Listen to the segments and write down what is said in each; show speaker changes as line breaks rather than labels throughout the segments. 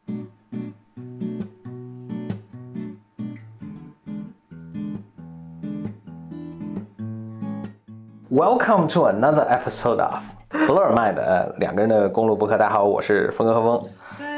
Welcome to another episode of 德尔麦的两个人的公路播客。大家好，我是峰哥和峰。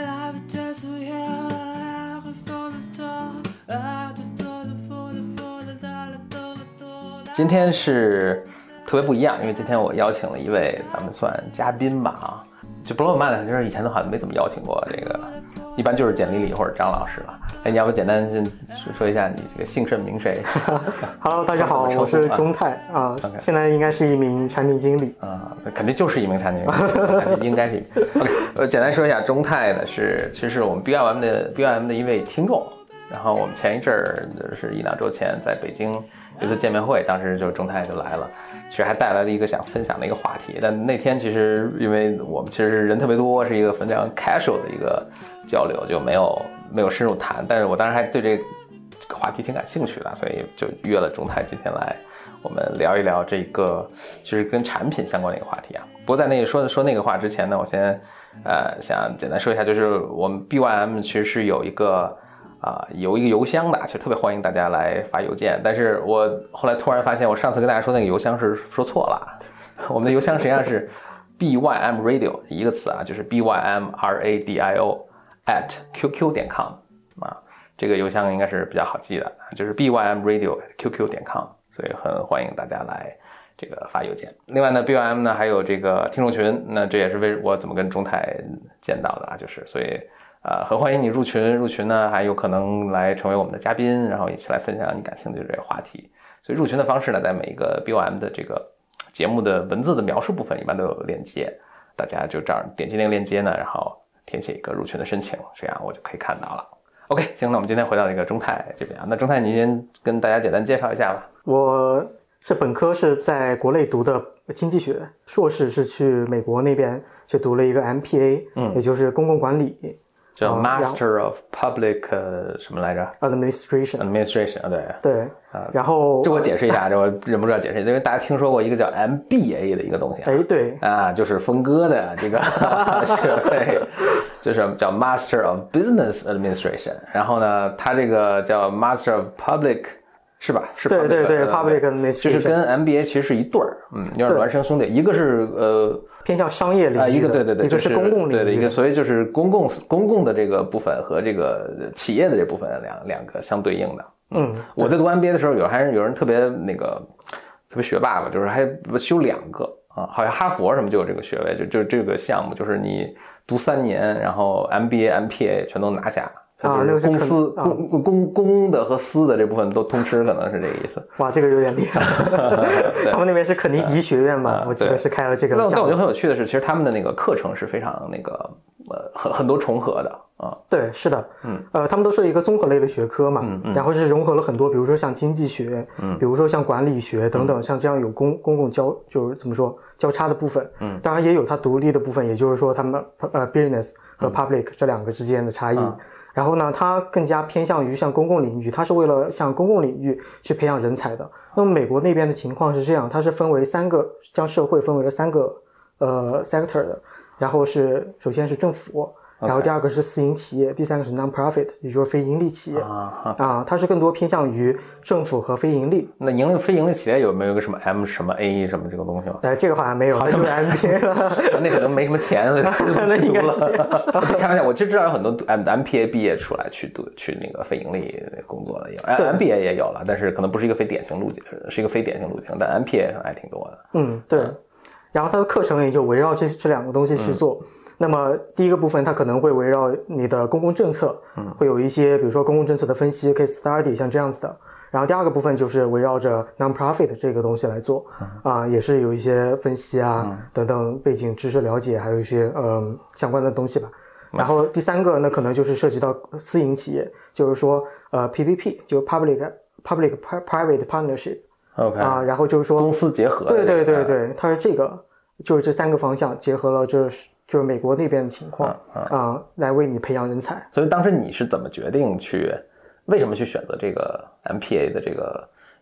今天是特别不一样，因为今天我邀请了一位咱们算嘉宾吧啊，就不罗曼的，就是以前都好像没怎么邀请过这个，一般就是简丽丽或者张老师了。哎，你要不简单先说一下你这个姓甚名谁
？Hello， 大家好，我是钟泰啊，现在应该是一名产品经理
啊，肯定就是一名产品经理，应该是。OK， 简单说一下，钟泰呢其实是我们 BYM 的一位听众，然后我们前一阵儿就是1-2周前在北京有次见面会，当时就钟泰就来了。其实还带来了一个想分享的一个话题，但那天其实因为我们其实人特别多，是一个非常 casual 的一个交流，就没有深入谈。但是我当时还对这个话题挺感兴趣的，所以就约了钟泰今天来我们聊一聊这个就是跟产品相关的一个话题啊。不过在那个说那个话之前呢，我先想简单说一下，就是我们 BYM 其实是有一个邮箱的，其实特别欢迎大家来发邮件。但是我后来突然发现，我上次跟大家说那个邮箱是说错了。我们的邮箱实际上是 bymradio 一个词啊，就是 bymradio@qq.com 啊，这个邮箱应该是比较好记的，就是 bymradio@qq.com， 所以很欢迎大家来这个发邮件。另外呢 ，BYM 呢还有这个听众群，那这也是我怎么跟钟泰见到的啊，就是所以。很欢迎你入群呢还有可能来成为我们的嘉宾，然后一起来分享你感兴趣的这个话题。所以入群的方式呢，在每一个 BYM 的这个节目的文字的描述部分一般都有链接，大家就这样点击那个链接呢，然后填写一个入群的申请，这样我就可以看到了。OK， 行，那我们今天回到这个钟泰这边啊，那钟泰你先跟大家简单介绍一下吧。
我是本科是在国内读的经济学，硕士是去美国那边去读了一个 MPA，也就是公共管理。
叫 Master of Public 什么来着
Administration
啊，
对然后
这我解释一下，这我忍不住要解释，因为大家听说过一个叫 MBA 的一个东西
对
啊，就是峰哥的这个学位，就是叫 Master of Business Administration， 然后呢他这个叫 Master of Public 是吧？是
对 Public Administration，
就是跟 MBA 其实是一对儿，有点孪生兄弟，一个是
偏向商业领域
一个对，
一个是公共领域
对一个，所以就是公共的这个部分和这个企业的这部分两个相对应的。我在读 MBA 的时候，有人特别特别学霸吧，就是还修2个啊，好像哈佛什么就有这个学位，就这个项目，就是你读3年，然后 MBA、MPA 全都拿下。就是公司公的和私的这部分都通吃，可能是这个意思。
哇，这个有点厉害。他们那边是肯尼迪学院嘛，我记得是开了这个项目。
但我觉得很有趣的是，其实他们的那个课程是非常很多重合的啊。
对，是的，他们都是一个综合类的学科嘛，然后是融合了很多，比如说像经济学，比如说像管理学等等，像这样有公共就是怎么说交叉的部分，当然也有它独立的部分，也就是说他们business 和 public 这两个之间的差异。然后呢，它更加偏向于像公共领域，它是为了向公共领域去培养人才的。那么美国那边的情况是这样，它是分为将社会分为了3个sector 的，然后首先是政府，然后第二个是私营企业，第三个是 non-profit， 也就是非盈利企业它是更多偏向于政府和非盈利。
那非盈利企业有没有个什么 M 什么 A 什么这个东西吗？
这个好像没有，好像是 MBA 了。
那可能没什么钱了，
那应该是。
开玩笑，我其实知道有很多 MPA 毕业出来去那个非盈利工作的，有 MBA 也有了，但是可能不是一个非典型路径，是一个非典型路径，但 MPA 上还挺多的。
对。然后它的课程也就围绕这2个东西去做。那么第一个部分它可能会围绕你的公共政策，会有一些比如说公共政策的分析 case study 像这样子的。然后第二个部分就是围绕着 non-profit 这个东西来做也是有一些分析等等背景知识了解，还有一些相关的东西吧。然后第3个呢可能就是涉及到私营企业，就是说PPP 就 public private partnership
OK
然后就是说
公私结合。
对，它是这个就是这3个方向结合了就是美国那边的情况来为你培养人才。
所以当时你是怎么决定为什么去选择这个 MPA 的这个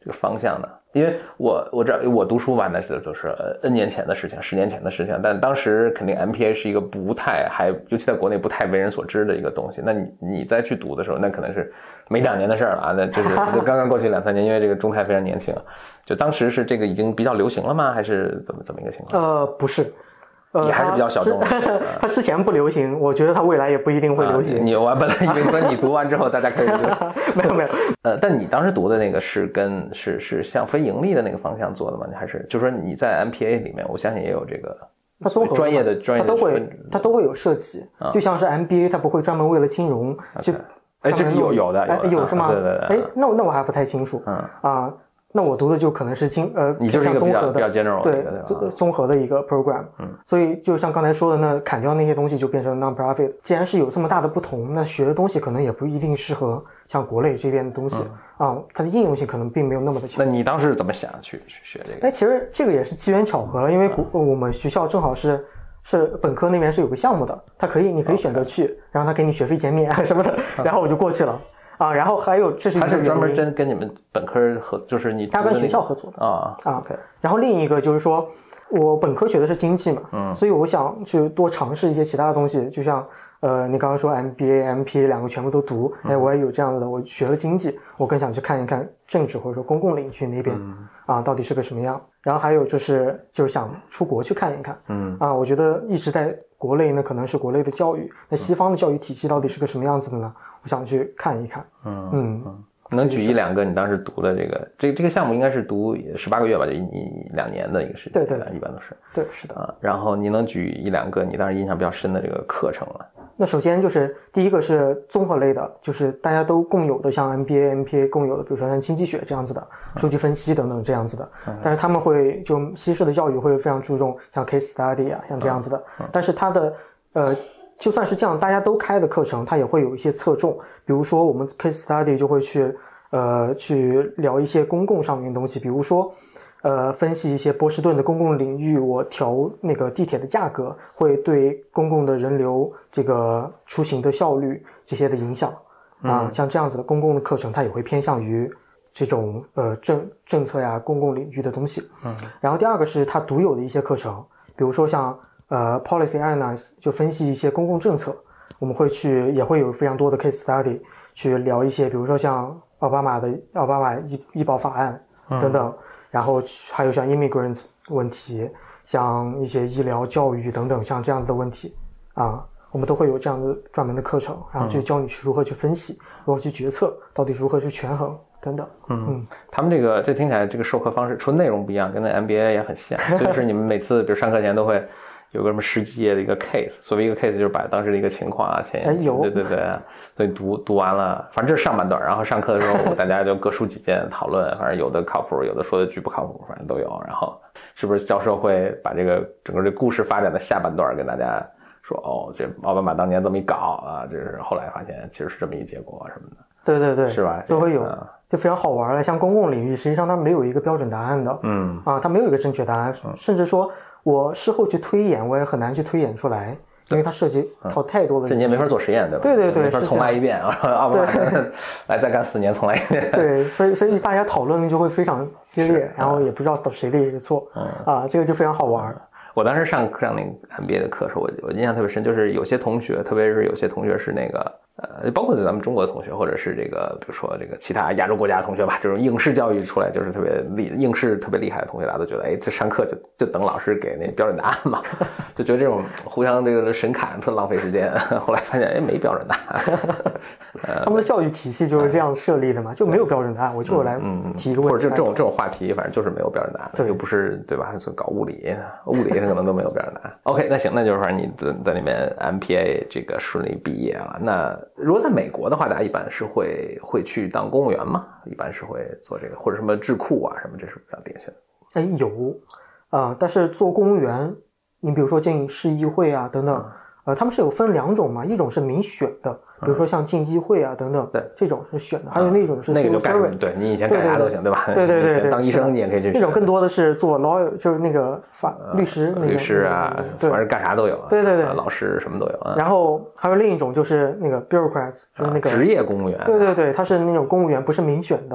这个方向呢？因为我知道我读书吧，那就是 N 年前的事情，10年前的事情，但当时肯定 MPA 是一个不太尤其在国内不太为人所知的一个东西。那你再去读的时候，那可能是没2年的事了啊，那就是刚刚过去2-3年，因为这个中泰非常年轻，就当时是这个已经比较流行了吗？还是怎么一个情况？
不是。
也还是比较小众的。
它之前不流行，我觉得它未来也不一定会流行。
我本来以为说你读完之后大家可以
没有。
但你当时读的那个是向非盈利的那个方向做的吗？你还是就是说你在 MPA 里面，我相信也有这个
它综合
专业的
它都会有设计，就像是 MBA 它不会专门为了金融去。
这个有的
有是吗？
对。
那我还不太清楚。那我读的就可能是
你就是一个比较 general
对综合的一个 program，所以就像刚才说的，那砍掉那些东西就变成 non-profit。既然是有这么大的不同，那学的东西可能也不一定适合像国内这边的东西它的应用性可能并没有那么的强。
那你当时怎么想去学这个？
其实这个也是机缘巧合了，因为我们学校正好是本科那边是有个项目的，你可以选择去，然后他给你学费减免什么的，然后我就过去了。然后还有这是一个
他是专门跟你们本科就是
他跟学校合作的
OK。
然后另一个就是说我本科学的是经济嘛，所以我想去多尝试一些其他的东西，就像你刚刚说 MBA、MPA 2个全部都读，我也有这样的，我学了经济，我更想去看一看政治或者说公共领域那边到底是个什么样。然后还有就是想出国去看一看，我觉得一直在国内呢，可能是国内的教育，那西方的教育体系到底是个什么样子的呢？我想去看一看。
能举1-2个你当时读的这个项目应该是读18个月吧，就2年的一个时间，
对，
一般都是。
对，是的。
然后你能举1-2个你当时印象比较深的这个课程吗？
那首先就是第一个是综合类的，就是大家都共有的，像 MBA、MPA 共有的，比如说像经济学这样子的，数据分析等等这样子的。但是他们会就西式的教育会非常注重像 case study 像这样子的。但是它的就算是这样大家都开的课程，它也会有一些侧重，比如说我们 case study 就会去聊一些公共上面的东西，比如说分析一些波士顿的公共领域，我调那个地铁的价格会对公共的人流这个出行的效率这些的影响像这样子的公共的课程，它也会偏向于这种政策呀公共领域的东西。然后第二个是它独有的一些课程，比如说像policy analysis 就分析一些公共政策，我们也会有非常多的 case study 去聊一些，比如说像奥巴马医保法案等等，然后还有像 immigrants 问题，像一些医疗教育等等像这样子的问题我们都会有这样的专门的课程，然后去教你如何去分析，如何去决策，到底如何去权衡等等。
他们这听起来这个授课方式除了内容不一样，跟那 MBA 也很像，就是你们每次比如上课前都会有个什么10几页的一个 case， 所谓一个 case 就是把当时的一个情况对，所以读完了，反正这是上半段，然后上课的时候大家就各抒己见讨论，反正有的靠谱，有的说的巨不靠谱，反正都有。然后是不是教授会把整个这故事发展的下半段跟大家说这奥巴马当年这么一搞就是后来发现其实是这么一结果什么的。
对，
是吧？
都会有，就非常好玩了。像公共领域，实际上它没有一个标准答案的，它没有一个正确答案，甚至说我事后去推演，我也很难去推演出来，因为它涉及到太多的。
这你也没法做实验，对吧？
对，
没法重来一遍奥巴马来再干4年，重来一遍。
对，所以大家讨论就会非常激烈，然后也不知道谁对谁错这个就非常好玩。
我当时上那个 MBA 的课的时候，我印象特别深，就是有些同学，特别是有些同学是那个包括咱们中国的同学，或者是比如说这个其他亚洲国家的同学吧，这种应试教育出来就是应试特别厉害的同学，大家都觉得这上课就等老师给那标准答案嘛，就觉得这种互相这个神侃特浪费时间。后来发现没标准答案。
他们的教育体系就是这样设立的嘛，就没有标准答案，我就来提一个问题，
或者这种话题，反正就是没有标准答案，又不是对吧？搞物理可能都没有标准答案。OK， 那行，那就是反正你在里面 MPA 这个顺利毕业了。那如果在美国的话，大家一般是会去当公务员吗？一般是会做这个，或者什么智库什么，这是比较典型的。
有但是做公务员，你比如说进市议会等等，他们是有分2种嘛，一种是民选的，比如说像进议会等等，
对，
这种是选的，还有那种是
那个就干，对你以前干啥都行，对吧？
对，
当医生你也可以去。
那种更多的是做 lawyer， 就是那个律师，
律师反正干啥都有。
对，
老师什么都有。
然后还有另一种就是那个 bureaucrats， 就是那个
职业公务员。
对，他是那种公务员，不是民选的。
对。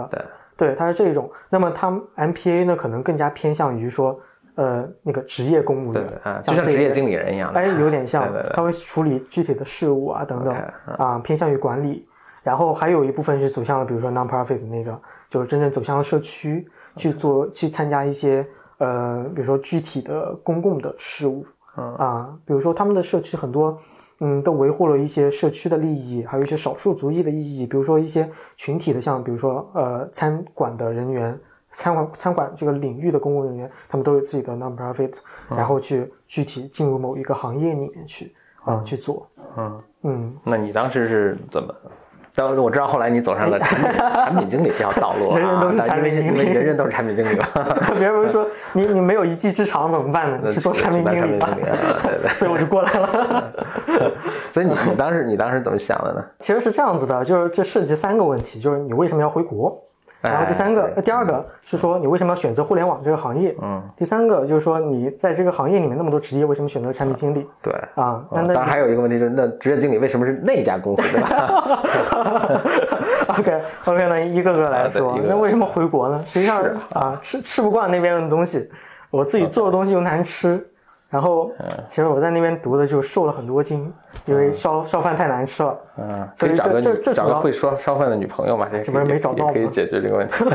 对，它是这种。那么它 MPA 呢，可能更加偏向于说，那个职业公务员，
就像职业经理人一样的，
哎，有点像，
对，
他会处理具体的事务啊等等，偏向于管理。然后还有一部分是走向了，比如说 non-profit 的那个，就是真正走向了社区去参加一些比如说具体的公共的事务，比如说他们的社区很多。都维护了一些社区的利益，还有一些少数族裔的意义，比如说一些群体的，像比如说餐馆的人员，餐馆这个领域的公务人员，他们都有自己的 non-profit，然后去具体进入某一个行业里面去做。
那你当时是怎么？我知道后来你走上了产品经理这条道路，
人人都是产品经理，
因为人人都是产品经理嘛。
别人不是说你没有一技之长怎么办呢？你是做产品经理吧？
对，
所以我就过来了。
所以你当时怎么想的呢？
其实是这样子的，就是这涉及3个问题，就是你为什么要回国？然后第二个是说你为什么要选择互联网这个行业？第3个就是说你在这个行业里面那么多职业，为什么选择产品经理？
对
当
然还有一个问题就是那职业经理为什么是那家公司，对吧
？OK， 那一个个来说，那为什么回国呢？实际上吃不惯那边的东西，我自己做的东西又难吃。然后，其实我在那边读的就瘦了很多斤，因为烧饭太难吃了。
可以找个会烧饭的女朋友嘛？
这不是没找到吗？
可以解决这个问题。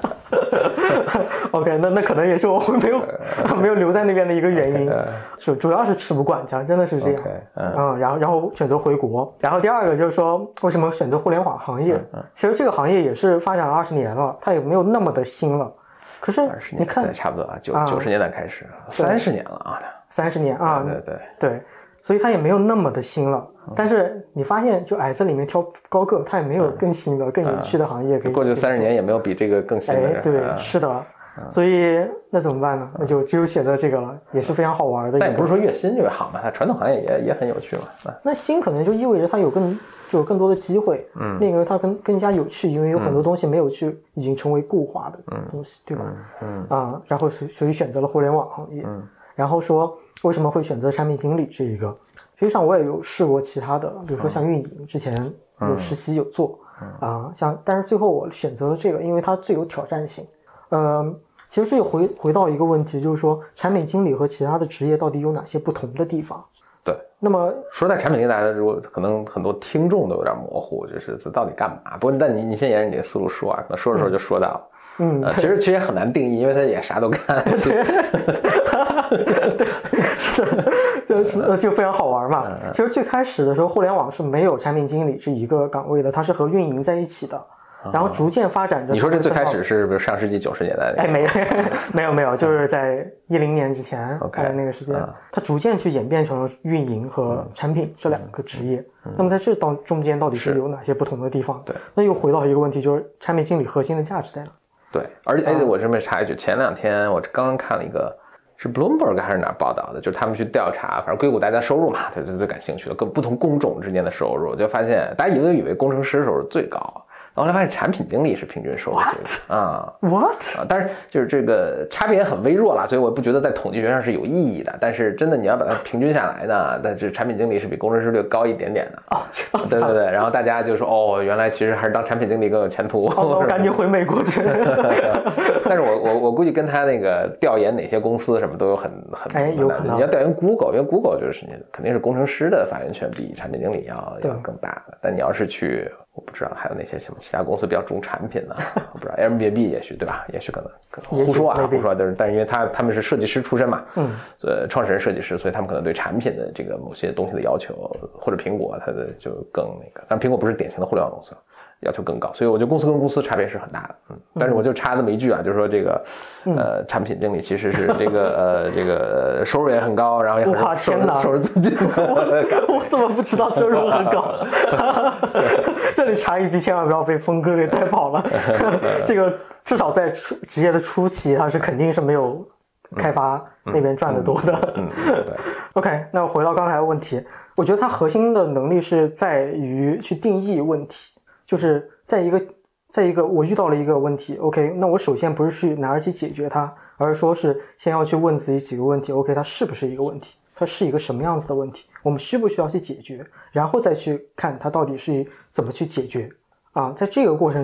OK， 那可能也是我没有留在那边的一个原因，主要是吃不惯，讲真的是这样。然后选择回国。然后第二个就是说，为什么选择互联网行业？其实这个行业也是发展了20年了，它也没有那么的新了。可是你看，
差不多90年代开始，30年了啊。
30年啊，对，所以它也没有那么的新了。但是你发现，就矮子里面挑高个，它也没有更新的、更有趣的行业可以。
过去30年也没有比这个更新的。
对，是的。所以那怎么办呢？那就只有选择这个了，也是非常好玩的。
但也不是说越新越好嘛，它传统行业也很有趣嘛。
那新可能就意味着它有更多的机会，另一个它更加有趣，因为有很多东西没有已经成为固化的东西，对吧？然后所以选择了互联网行业。然后说为什么会选择产品经理这一个？实际上我也有试过其他的，比如说像运营，之前有实习有做但是最后我选择了这个，因为它最有挑战性。其实这就回到一个问题，就是说产品经理和其他的职业到底有哪些不同的地方？
对，
那么
说在产品经理，大家如果可能很多听众都有点模糊，就是这到底干嘛？不过但你先沿着你的思路说可能说着说着就说到了。其实也很难定义，因为他也啥都干。
对，是就非常好玩嘛。其实最开始的时候，互联网是没有产品经理这一个岗位的，它是和运营在一起的。然后逐渐发展着。
你说这最开始是比如上世纪90年代的？
没有，就是在10年之前，那个时间，它逐渐去演变成了运营和产品这2个职业。那么在这中间到底是有哪些不同的地方？
对，
那又回到一个问题，就是产品经理核心的价值在哪？
对，而且我这边插一句，前2天我刚刚看了一个，是 Bloomberg 还是哪报道的，就是他们去调查，反正硅谷大家收入嘛，最感兴趣的，各不同工种之间的收入，就发现大家以为工程师收入最高。然后来发现产品经理是平均收入但是就是这个差别也很微弱啦，所以我不觉得在统计学上是有意义的。但是真的你要把它平均下来呢，但是产品经理是比工程师略高一点点的。对。然后大家就说原来其实还是当产品经理更有前途。
我赶紧回美国去。
但是我估计跟他那个调研哪些公司什么都有很
有可能。
你要调研 Google， 因为 Google 就是肯定是工程师的发言权比产品经理要更大的。但你要是去。我不知道还有哪些什么其他公司比较重产品呢？我不知道 Airbnb 也许对吧？也许可能胡说，但是因为他们是设计师出身嘛，创始人设计师，所以他们可能对产品的这个某些东西的要求，或者苹果它的就更那个，但苹果不是典型的互联网公司，要求更高，所以我觉得公司跟公司差别是很大的。但是我就插那么一句就是说这个产品经理其实是这个收入也很高，然后也很收入最近
我怎么不知道收入很高？这里插一句，千万不要被峰哥给带跑了。这个至少在职业的初期，他是肯定是没有开发那边赚得多的。OK， 那回到刚才的问题，我觉得它核心的能力是在于去定义问题，就是在一个我遇到了一个问题 ，OK， 那我首先不是去哪儿去解决它，而是说是先要去问自己几个问题 ，OK， 它是不是一个问题？它是一个什么样子的问题？我们需不需要去解决？然后再去看它到底是怎么去解决在这个过程中，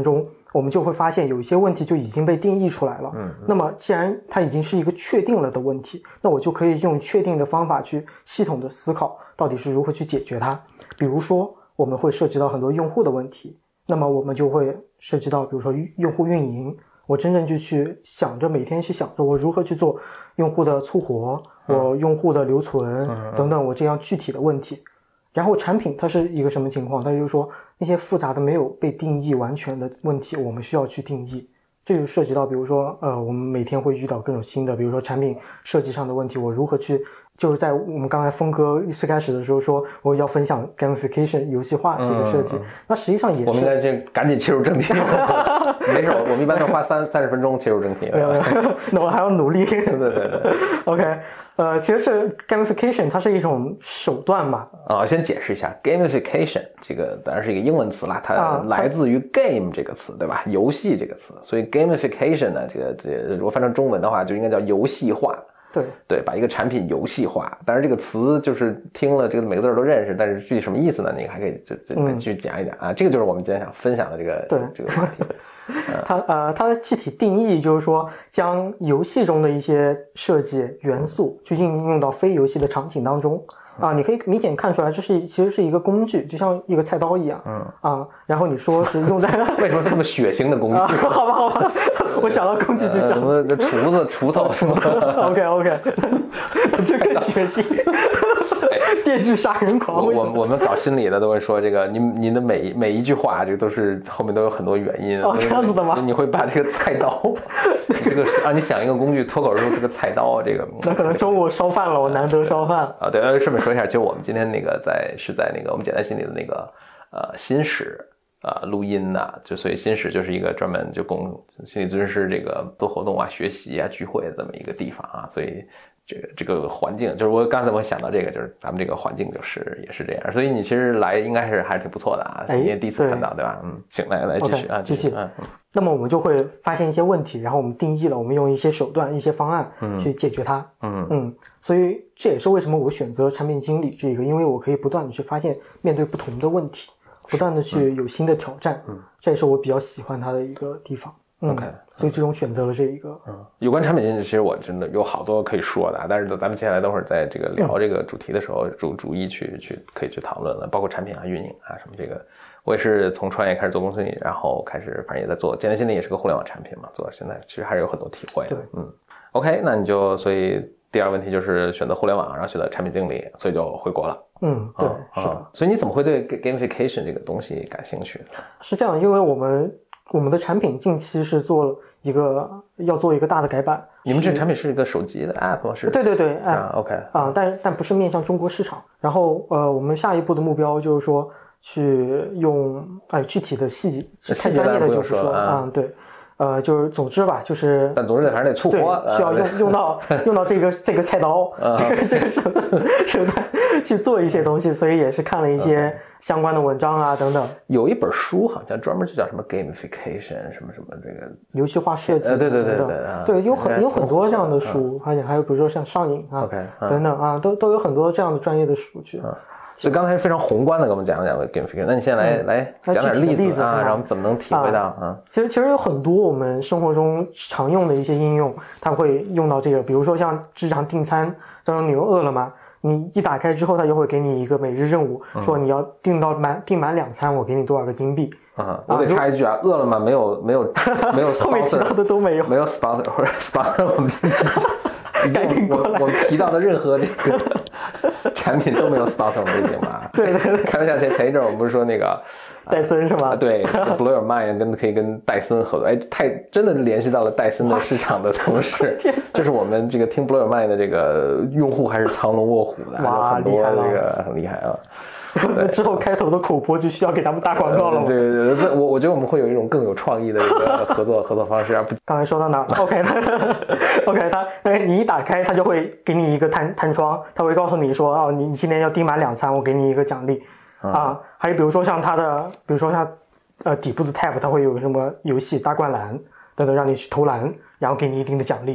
我们就会发现有一些问题就已经被定义出来了。那么既然它已经是一个确定了的问题，那我就可以用确定的方法去系统的思考到底是如何去解决它。比如说我们会涉及到很多用户的问题，那么我们就会涉及到比如说用户运营，我真正就去想着每天去想着我如何去做用户的促活，我用户的留存等等，我这样具体的问题。然后产品它是一个什么情况？它就是说那些复杂的没有被定义完全的问题，我们需要去定义。这就涉及到比如说我们每天会遇到各种新的，比如说产品设计上的问题，我如何去，就是在我们刚才峰哥最开始的时候说我要分享 gamification 游戏化这个设计，那实际上也是
我们应该就赶紧切入正题。没事，我们一般都花30分钟切入正题。
那我还要努力。
对。
OK， 其实这 gamification 它是一种手段嘛。
先解释一下 gamification 这个当然是一个英文词啦，它来自于 game 这个词，对吧？游戏这个词，所以 gamification 呢，这如果翻成中文的话，就应该叫游戏化。对，把一个产品游戏化。当然这个词就是听了这个每个字都认识，但是具体什么意思呢？你还可以继续讲一讲啊。这个就是我们今天想分享的这个话题。
它的具体定义就是说，将游戏中的一些设计元素去应用到非游戏的场景当中。你可以明显看出来，其实是一个工具，就像一个菜刀一样。然后你说是用在
为什么是这么血腥的工具？
好吧，我想到工具就想
什么锄头什么。
OK， 这个血腥。电锯杀人狂。
我们搞心理的都会说，这个您的每一句话，这个都是后面都有很多原因。
这样子的吗？
你会把这个菜刀，这个让你想一个工具，脱口而出这个菜刀，这个
那可能中午烧饭了，我难得烧饭
啊。对，顺便说一下，其实我们今天那个是在那个我们简单心理的那个新史录音的，就所以新史就是一个专门就供心理咨询师这个做活动学习聚会的这么一个地方啊，所以。这个环境，就是我刚才我想到这个，就是咱们这个环境也是这样，所以你其实来应该还是挺不错的啊，你也第一次看到 对吧？行，来继续
继续。那么我们就会发现一些问题，然后我们定义了，我们用一些手段、一些方案去解决它。所以这也是为什么我选择产品经理这个，因为我可以不断的去发现面对不同的问题，不断的去有新的挑战。这也是我比较喜欢它的一个地方。
OK，
所以最终选择了这一个。
有关产品经理，其实我真的有好多可以说的，但是咱们接下来等会儿在这个聊这个主题的时候，逐一可以去讨论了，包括产品运营什么这个。我也是从创业开始做公司经理，然后开始反正也在做简单心理，也是个互联网产品嘛，做到现在其实还是有很多体会的。OK， 那你就所以第二个问题就是选择互联网，然后选择产品经理，所以就回国了。
对，是的。
所以你怎么会对 gamification 这个东西感兴趣？
是这样，因为我们的产品近期是要做一个大的改版。
你们这产品是一个手机的 app 吗？
对 app。
OK。
但不是面向中国市场。然后我们下一步的目标就是说去用具体的细节太专业的就是说对。就是总之吧，就是
但总之反正得促活，
需要用到这个菜刀，这个手段去做一些东西，所以也是看了一些相关的文章等等。
有一本书好像专门就叫什么 gamification 什么这个
游戏化设计，对，有很多这样的书，而且还有比如说像上瘾等等都有很多这样的专业的书去。
所以刚才非常宏观的给我们讲 gamification， 那你现在来讲点例子然后我们怎么能体会到
其实有很多我们生活中常用的一些应用，它会用到这个，比如说像日常订餐，当然你用饿了么，你一打开之后，它就会给你一个每日任务，说你要订满2餐，我给你多少个金币。
我得插一句饿了么没有
后面提到的都没有
sponsor 或者 sponsor 我们
赶紧过来，
我们提到的任何这个产品都没有 sponsor 我们这节目
对，
开玩笑，前一阵我们不是说那个
戴森是吗？
对 ，Blow Your Mind 可以跟戴森合作，真的联系到了戴森的市场的同时，就是我们这个听 Blow Your Mind 的这个用户还是藏龙卧虎的，
哇，
很多这个很厉害啊。
之后开头的口播就需要给他们打广告了吗？
对，我觉得我们会有一种更有创意的一个合作方式。
刚才说到哪儿 ？OK， 你一打开，它就会给你一个弹窗，它会告诉你说，你今天要订满2餐，我给你一个奖励还有比如说像比如说像底部的 tab， 它会有什么游戏大灌篮等等，让你去投篮，然后给你一定的奖励。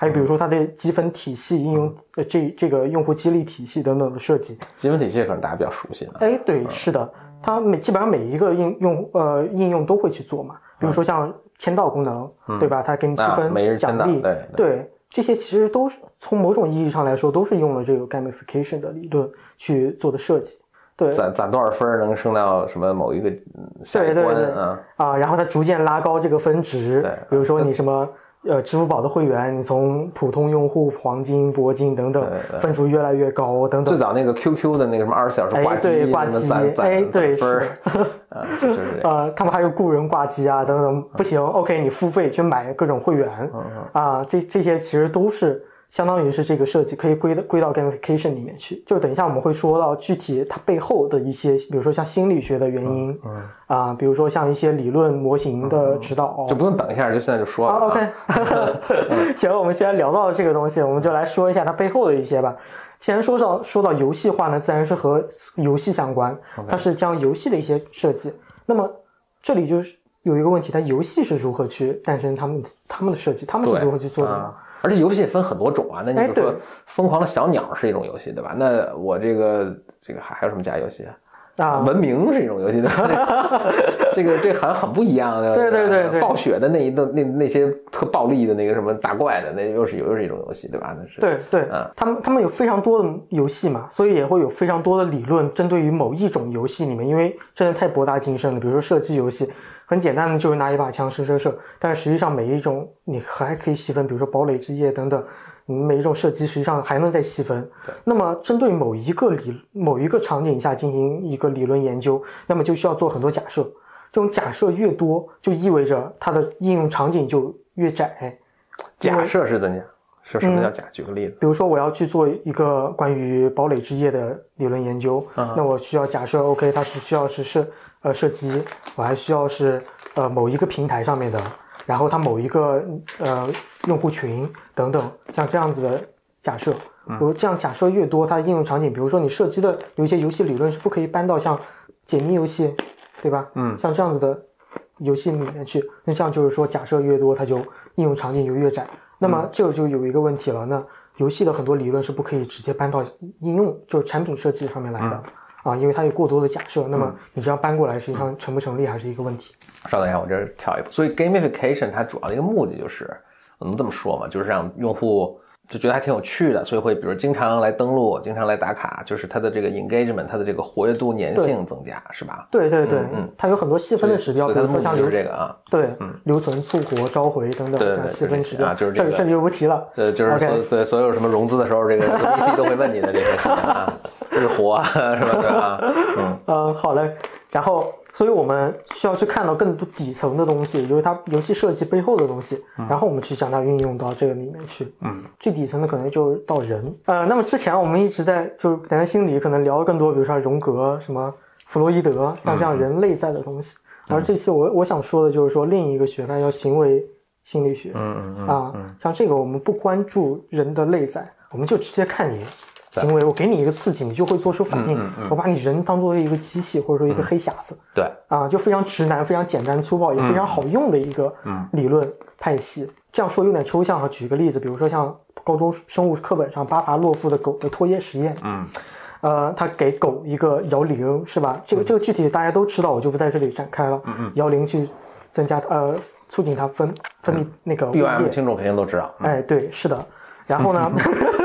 还有比如说它的积分体系应用这个用户激励体系等等的设计。
积分体系可能大家比较熟悉了。
哎，对，是的，它基本上每一个应用都会去做嘛。比如说像签到功能，对吧？它给你积分、
每日签到，
奖励，
对，
这些其实都是从某种意义上来说，都是用了这个 gamification 的理论去做的设计。对，
攒多少分能升到什么某一个下一关
然后它逐渐拉高这个分值。比如说你什么支付宝的会员，你从普通用户、黄金、铂金等等，分数越来越高等等。
最早那个 QQ 的那个什么24小时挂机，
对，
分就是
他们还有雇人挂机啊等等，不行 ，OK， 你付费去买各种会员这些其实都是相当于是这个设计可以归到 gamification 里面去。就等一下我们会说到具体它背后的一些，比如说像心理学的原因比如说像一些理论模型的指导，
就不用等一下，就现在就说了。
OK 行，我们既然聊到这个东西，我们就来说一下它背后的一些吧。既然说到游戏化呢，自然是和游戏相关，它是将游戏的一些设计。那么这里就是有一个问题，它游戏是如何去诞生他们的设计，他们是如何去做的呢？
而且游戏也分很多种啊，那你比如说疯狂的小鸟是一种游戏，对吧？那我这个还有什么假游戏文明是一种游戏，这个好像很不一样的。
对，
暴雪的那些特暴力的那个什么打怪的，那又是一种游戏，对吧？那是
对，他们有非常多的游戏嘛，所以也会有非常多的理论针对于某一种游戏里面，因为真的太博大精深了。比如说射击游戏，很简单的就是拿一把枪射，但是实际上每一种你还可以细分，比如说堡垒之夜等等。每一种射击实际上还能再细分。那么针对某一个场景下进行一个理论研究，那么就需要做很多假设。这种假设越多，就意味着它的应用场景就越窄。
假设是怎样？是什么叫假？举个例子。
比如说我要去做一个关于堡垒之夜的理论研究，那我需要假设 OK， 它是需要是射击，我还需要是某一个平台上面的。然后它某一个用户群等等，像这样子的假设，比如这样假设越多，它的应用场景，比如说你射击的有一些游戏理论是不可以搬到像解谜游戏，对吧？像这样子的游戏里面去，那这样就是说假设越多，它就应用场景就越窄。那么这就有一个问题了，那游戏的很多理论是不可以直接搬到应用，就是产品设计上面来的。因为它有过多的假设，那么你这样搬过来，实际上成不成立还是一个问题。
稍等一下，我这跳一步。所以 gamification 它主要的一个目的就是，我能这么说嘛，就是让用户就觉得还挺有趣的，所以会比如经常来登录，经常来打卡，就是它的这个 engagement， 它的这个活跃度、粘性增加，是吧？
对，它有很多细分的指标，比如说像
这个
留存、促活、召回等等这样细分指标，
就是这个，
这就不提了。
就是所有什么融资的时候，这个 VC 都会问你的这些事情日活是吧？对
好嘞。然后，所以我们需要去看到更多底层的东西，也就是它游戏设计背后的东西，然后我们去将它运用到这个里面去。最底层的可能就是到人。那么之前我们一直在就是谈心理可能聊更多，比如说荣格、什么弗洛伊德，像这样人类在的东西。而这期我想说的就是说另一个学派叫行为心理学。像这个我们不关注人的内在，我们就直接看你。行为，我给你一个刺激，你就会做出反应。我把你人当做一个机器，或者说一个黑匣子。
对
就非常直男，非常简单粗暴，也非常好用的一个理论派系。这样说有点抽象，举个例子，比如说像高中生物课本上巴伐洛夫的狗的唾液实验。他给狗一个摇铃，是吧？这个具体大家都知道，我就不在这里展开了。摇铃去增加促进它分泌那个。
BOM 听众肯定都知道。
对，是的。然后呢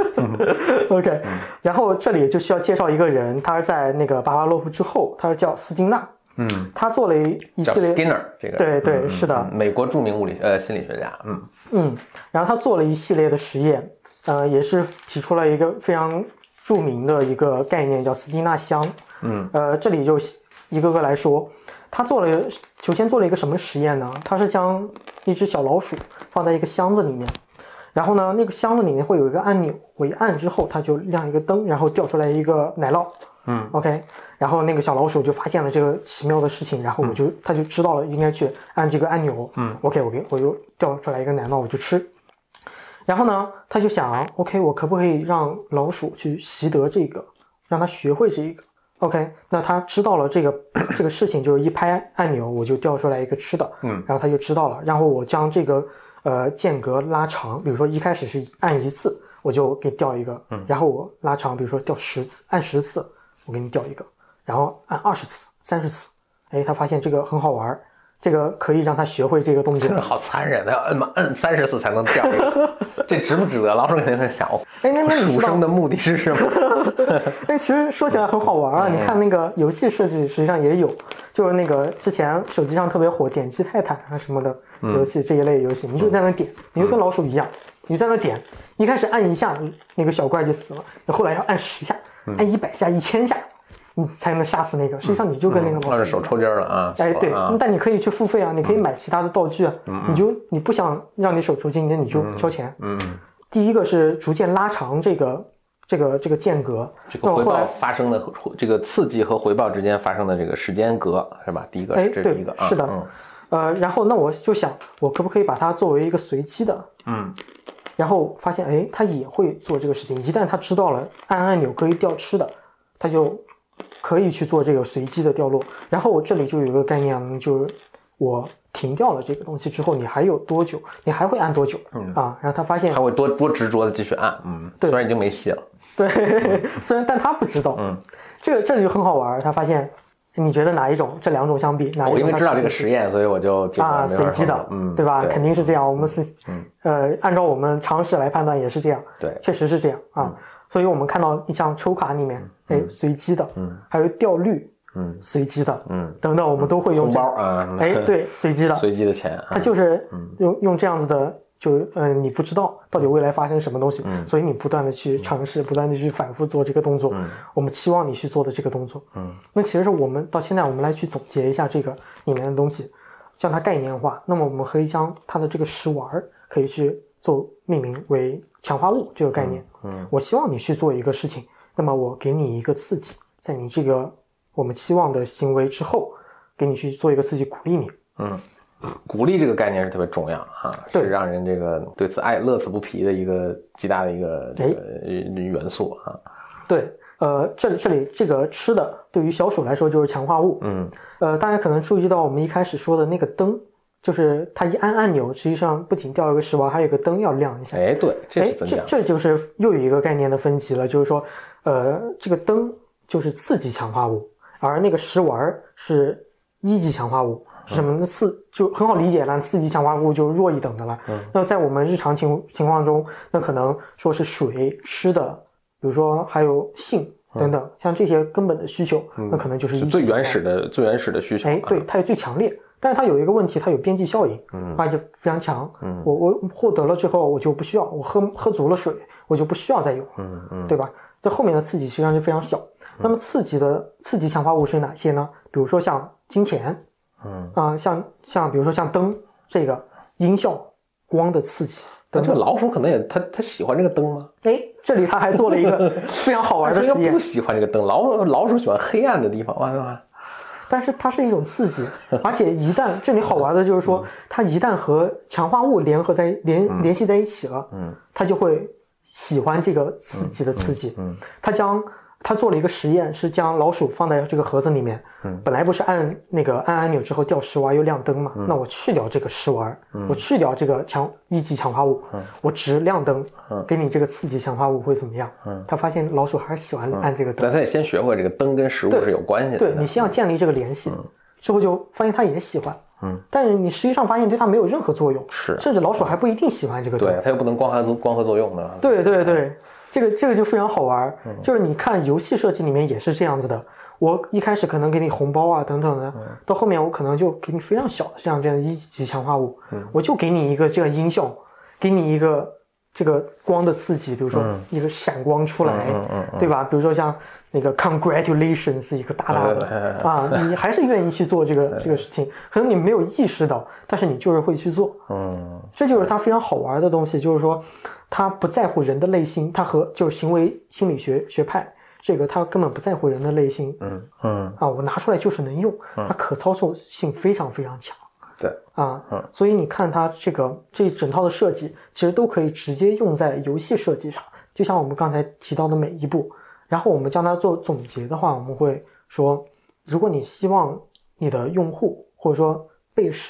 ？OK， 然后这里就需要介绍一个人，他是在那个巴伐洛夫之后，他是叫斯金纳。他做了一系列
Skinner 这个
对，是的，
美国著名心理学家。
然后他做了一系列的实验，也是提出了一个非常著名的一个概念，叫斯金纳箱。这里就一个个来说，他首先做了一个什么实验呢？他是将一只小老鼠放在一个箱子里面。然后呢，那个箱子里面会有一个按钮，我一按之后，它就亮一个灯，然后掉出来一个奶酪。OK， 然后那个小老鼠就发现了这个奇妙的事情，然后它就知道了应该去按这个按钮。OK， 我就掉出来一个奶酪，我就吃。然后呢，他就想 ，OK， 我可不可以让老鼠去习得这个，让它学会这个 ？OK， 那他知道了这个事情，就是一拍按钮，我就掉出来一个吃的。然后他就知道了，然后我将这个间隔拉长，比如说一开始是按1次我就给调一个，然后我拉长，比如说调10次，按10次我给你调一个，然后按20次、30次，他发现这个很好玩，这个可以让他学会这个动作。
真是好残忍的，要摁30次才能调一个，这值不值得？老鼠肯定会想，
那
鼠生的目的是什么？
其实说起来很好玩啊！你看那个游戏设计，实际上也有，就是那个之前手机上特别火点击泰坦啊什么的游戏，这一类游戏，你就在那点，你就跟老鼠一样，你在那点，一开始按1下，那个小怪就死了，你后来要按10下，按100下、1000下。你才能杀死那个，实际上你就跟那个
老鼠手抽筋了啊！
对，但你可以去付费啊，你可以买其他的道具啊，你不想让你手抽筋，那你就交钱。第一个是逐渐拉长这个间隔，
这个回报发生的这个刺激和回报之间发生的这个时间隔是吧？第一个这是第一个
是的，然后那我就想，我可不可以把它作为一个随机的，然后发现它也会做这个事情，一旦它知道了按按钮可以掉吃的，它就可以去做这个随机的掉落。然后我这里就有一个概念，就是我停掉了这个东西之后，你还有多久？你还会按多久？然后他发现
他会多执着的继续按，虽然已经没戏了。
对，虽然但他不知道，这里就很好玩。他发现，你觉得哪一种？这2种相比，哪一种？
我因为知道这个实验，所以我就
随机的，对吧？肯定是这样。我们按照我们常识来判断也是这样，
对，
确实是这样啊。所以我们看到像抽卡里面，随机的，还有掉率，随机的，等等，我们都会用
红包啊，
对，随机的，
随机的钱，
它就是用这样子的，就你不知道到底未来发生什么东西，所以你不断的去尝试，不断的去反复做这个动作，我们期望你去做的这个动作，那其实是我们到现在我们来去总结一下这个里面的东西，将它概念化，那么我们可以将它的这个食玩可以去做命名为强化物这个概念，我希望你去做一个事情，那么我给你一个刺激，在你这个我们期望的行为之后，给你去做一个刺激，鼓励你。
鼓励这个概念是特别重要哈，是让人这个对此乐此不疲的一个极大的一个元素啊。对，
这里这个吃的对于小鼠来说就是强化物。大家可能注意到我们一开始说的那个灯，就是它一按按钮，实际上不仅掉一个食玩，还有一个灯要亮一下。
对，
这就是又有一个概念的分歧了，就是说，这个灯就是次级强化物，而那个食玩是1级强化物。是什么呢？就很好理解了，4级强化物就弱一等的了。那在我们日常情况中，那可能说是水、吃的，比如说还有性等等，像这些根本的需求，那可能就是
最原始的需求。
对，它也最强烈，但是它有一个问题，它有边际效应，而且非常强。我获得了之后，我就不需要，我喝足了水，我就不需要再用，对吧？这后面的刺激实际上是非常小。那么次级强化物是哪些呢？比如说像金钱。像比如说像灯这个音效、光的刺激，
这个老鼠可能也他喜欢这个灯吗？
这里他还做了一个非常好玩的实验。
不喜欢这个灯，老鼠喜欢黑暗的地方，
但是它是一种刺激，而且一旦这里好玩的就是说，它一旦和强化物联系在一起了，它就会喜欢这个刺激的刺激，他做了一个实验，是将老鼠放在这个盒子里面，本来不是按按钮之后掉食玩又亮灯嘛，那我去掉这个食玩，我去掉这个1级强化物，我只亮灯，给你这个次级强化物会怎么样？他发现老鼠还是喜欢按这个灯，
但他也先学过这个灯跟食物是有关系的，
对，你先要建立这个联系，之后就发现他也喜欢，但是你实际上发现对他没有任何作用，甚至老鼠还不一定喜欢这个灯，
对，它又不能光合作用的，
对。这个就非常好玩，就是你看游戏设计里面也是这样子的。我一开始可能给你红包啊等等的，到后面我可能就给你非常小的像这样1级强化物，我就给你一个这个音效，给你一个这个光的刺激，比如说一个闪光出来，对吧？比如说像那个 congratulations 一个大的你还是愿意去做这个事情，可能你没有意识到，但是你就是会去做，这就是它非常好玩的东西，就是说他不在乎人的内心，他和就是行为心理学派这个他根本不在乎人的内心，我拿出来就是能用，它可操作性非常非常强，
对
所以你看它这一整套的设计，其实都可以直接用在游戏设计上，就像我们刚才提到的每一步，然后我们将它做总结的话，我们会说，如果你希望你的用户或者说被试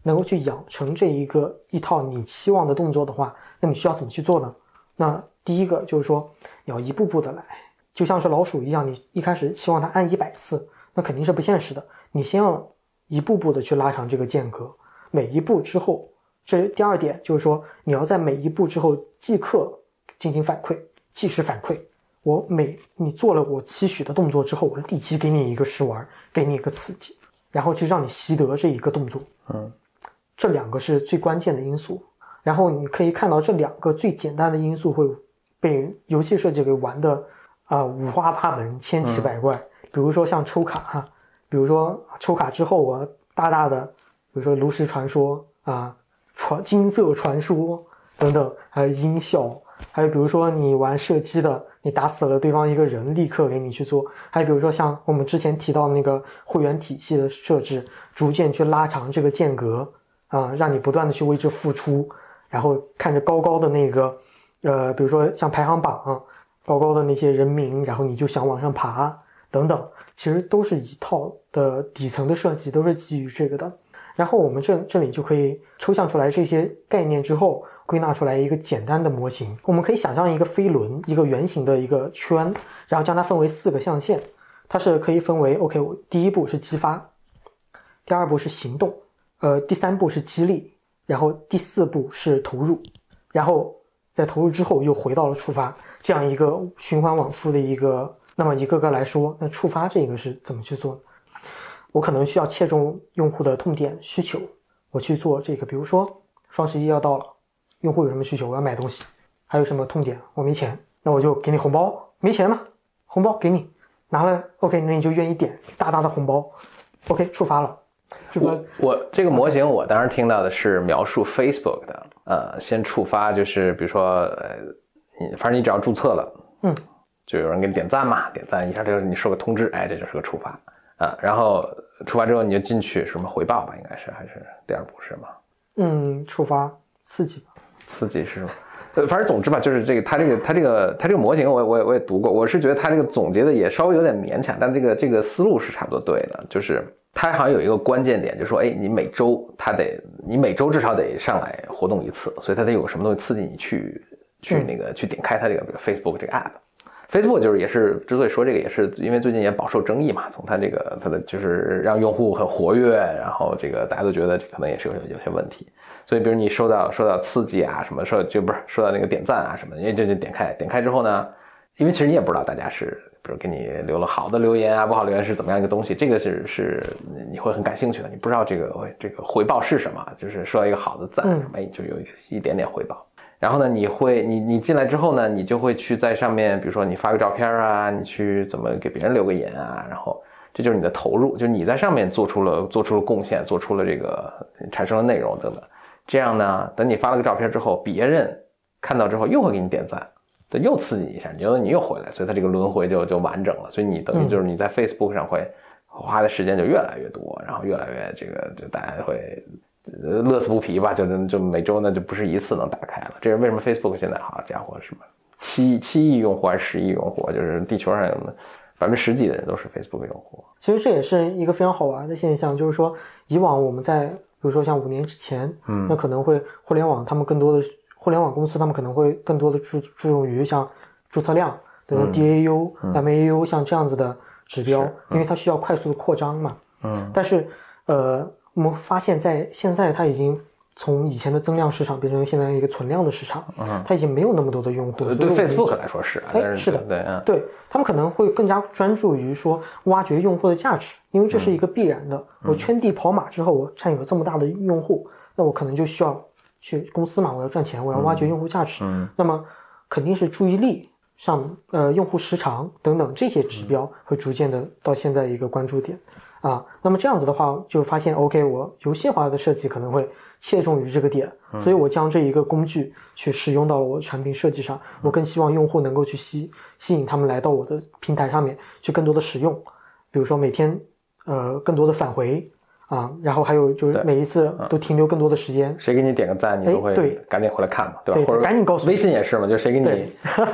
能够去养成一套你期望的动作的话，那你需要怎么去做呢？那第一个就是说你要一步步的来，就像是老鼠一样，你一开始期望它按100次，那肯定是不现实的。你先要一步步的去拉长这个间隔，每一步之后，这第二点就是说你要在每一步之后即刻进行反馈，即时反馈。你做了我期许的动作之后，我立即给你一个试玩，给你一个刺激，然后去让你习得这一个动作。这2个是最关键的因素。然后你可以看到这2个最简单的因素会被游戏设计给玩的五花八门，千奇百怪。比如说像抽卡比如说抽卡之后我大大的，比如说炉石传说金色传说等等，还有音效，还有比如说你玩射击的，你打死了对方一个人，立刻给你去做。还有比如说像我们之前提到的那个会员体系的设置，逐渐去拉长这个间隔让你不断的去为之付出，然后看着高高的那个比如说像排行榜高高的那些人名，然后你就想往上爬等等，其实都是一套的底层的设计，都是基于这个的。然后我们这里就可以抽象出来这些概念之后，归纳出来一个简单的模型。我们可以想象一个飞轮，一个圆形的一个圈，然后将它分为4个象限。它是可以分为 OK， 我第一步是激发，第2步是行动，第3步是激励，然后第4步是投入，然后在投入之后又回到了触发，这样一个循环往复的一个。那么一个个来说，那触发这个是怎么去做呢？我可能需要切中用户的痛点需求，我去做这个。比如说双11要到了，用户有什么需求？我要买东西。还有什么痛点？我没钱，那我就给你红包。没钱吗？红包给你，拿了 OK， 那你就愿意点大大的红包 OK， 触发了。
我这个模型我当时听到的是描述 Facebook 的先触发，就是比如说反正你只要注册了就有人给你点赞嘛，点赞一下这个你收个通知，这就是个触发然后触发之后你就进去什么回报吧，应该是还是第2步是吗？
触发刺激吧，
刺激是吗？反正总之吧，就是这个他这个模型我也读过，我是觉得他这个总结的也稍微有点勉强，但这个思路是差不多对的，就是他好像有一个关键点，就是说你每周至少得上来活动1次，所以他得有什么东西刺激你去点开他这个比如 Facebook 这个 app。Facebook 就是也是之所以说这个也是因为最近也饱受争议嘛，从它的就是让用户很活跃，然后这个大家都觉得这可能也是有些问题，所以比如你收到刺激什么收到那个点赞什么的，也就点开之后呢，因为其实你也不知道大家是比如给你留了好的留言不好留言是怎么样一个东西，这个是你会很感兴趣的，你不知道这个回报是什么，就是收到一个好的赞就有一点点回报。然后呢，你进来之后呢，你就会去在上面，比如说你发个照片你去怎么给别人留个言然后这就是你的投入，就是你在上面做出了贡献，做出了这个产生了内容等等。这样呢，等你发了个照片之后，别人看到之后又会给你点赞，又刺激一下，你觉得你又回来，所以它这个轮回就完整了。所以你等于就是你在 Facebook 上会花的时间就越来越多，然后越来越就大家会乐此不疲吧，就每周呢就不是1次能打开了。这是为什么 Facebook 现在好家伙什么7亿用户还是10亿用户，就是地球上有10%几的人都是 Facebook 用户。
其实这也是一个非常好玩的现象，就是说以往我们在比如说像5年之前那可能会互联网公司他们可能会更多的注重于像注册量等等 DAU、MAU 像这样子的指标，因为它需要快速的扩张嘛。但是我们发现在现在它已经从以前的增量市场变成现在一个存量的市场，它已经没有那么多的用户。
对 Facebook 来说是，
是的，对，他们可能会更加专注于说挖掘用户的价值，因为这是一个必然的。我圈地跑马之后，我占有了这么大的用户，那我可能就需要去公司嘛，我要赚钱，我要挖掘用户价值。那么肯定是注意力上用户时长等等这些指标会逐渐的到现在一个关注点那么这样子的话就发现 OK， 我游戏化的设计可能会切中于这个点，所以我将这一个工具去使用到了我产品设计上，我更希望用户能够去吸引他们来到我的平台上面去更多的使用，比如说每天更多的返回然后还有就是每一次都停留更多的时间，谁
给你点个赞你都会赶紧回来看嘛，对吧？或者
赶紧告诉你。
微信也是嘛，就谁给你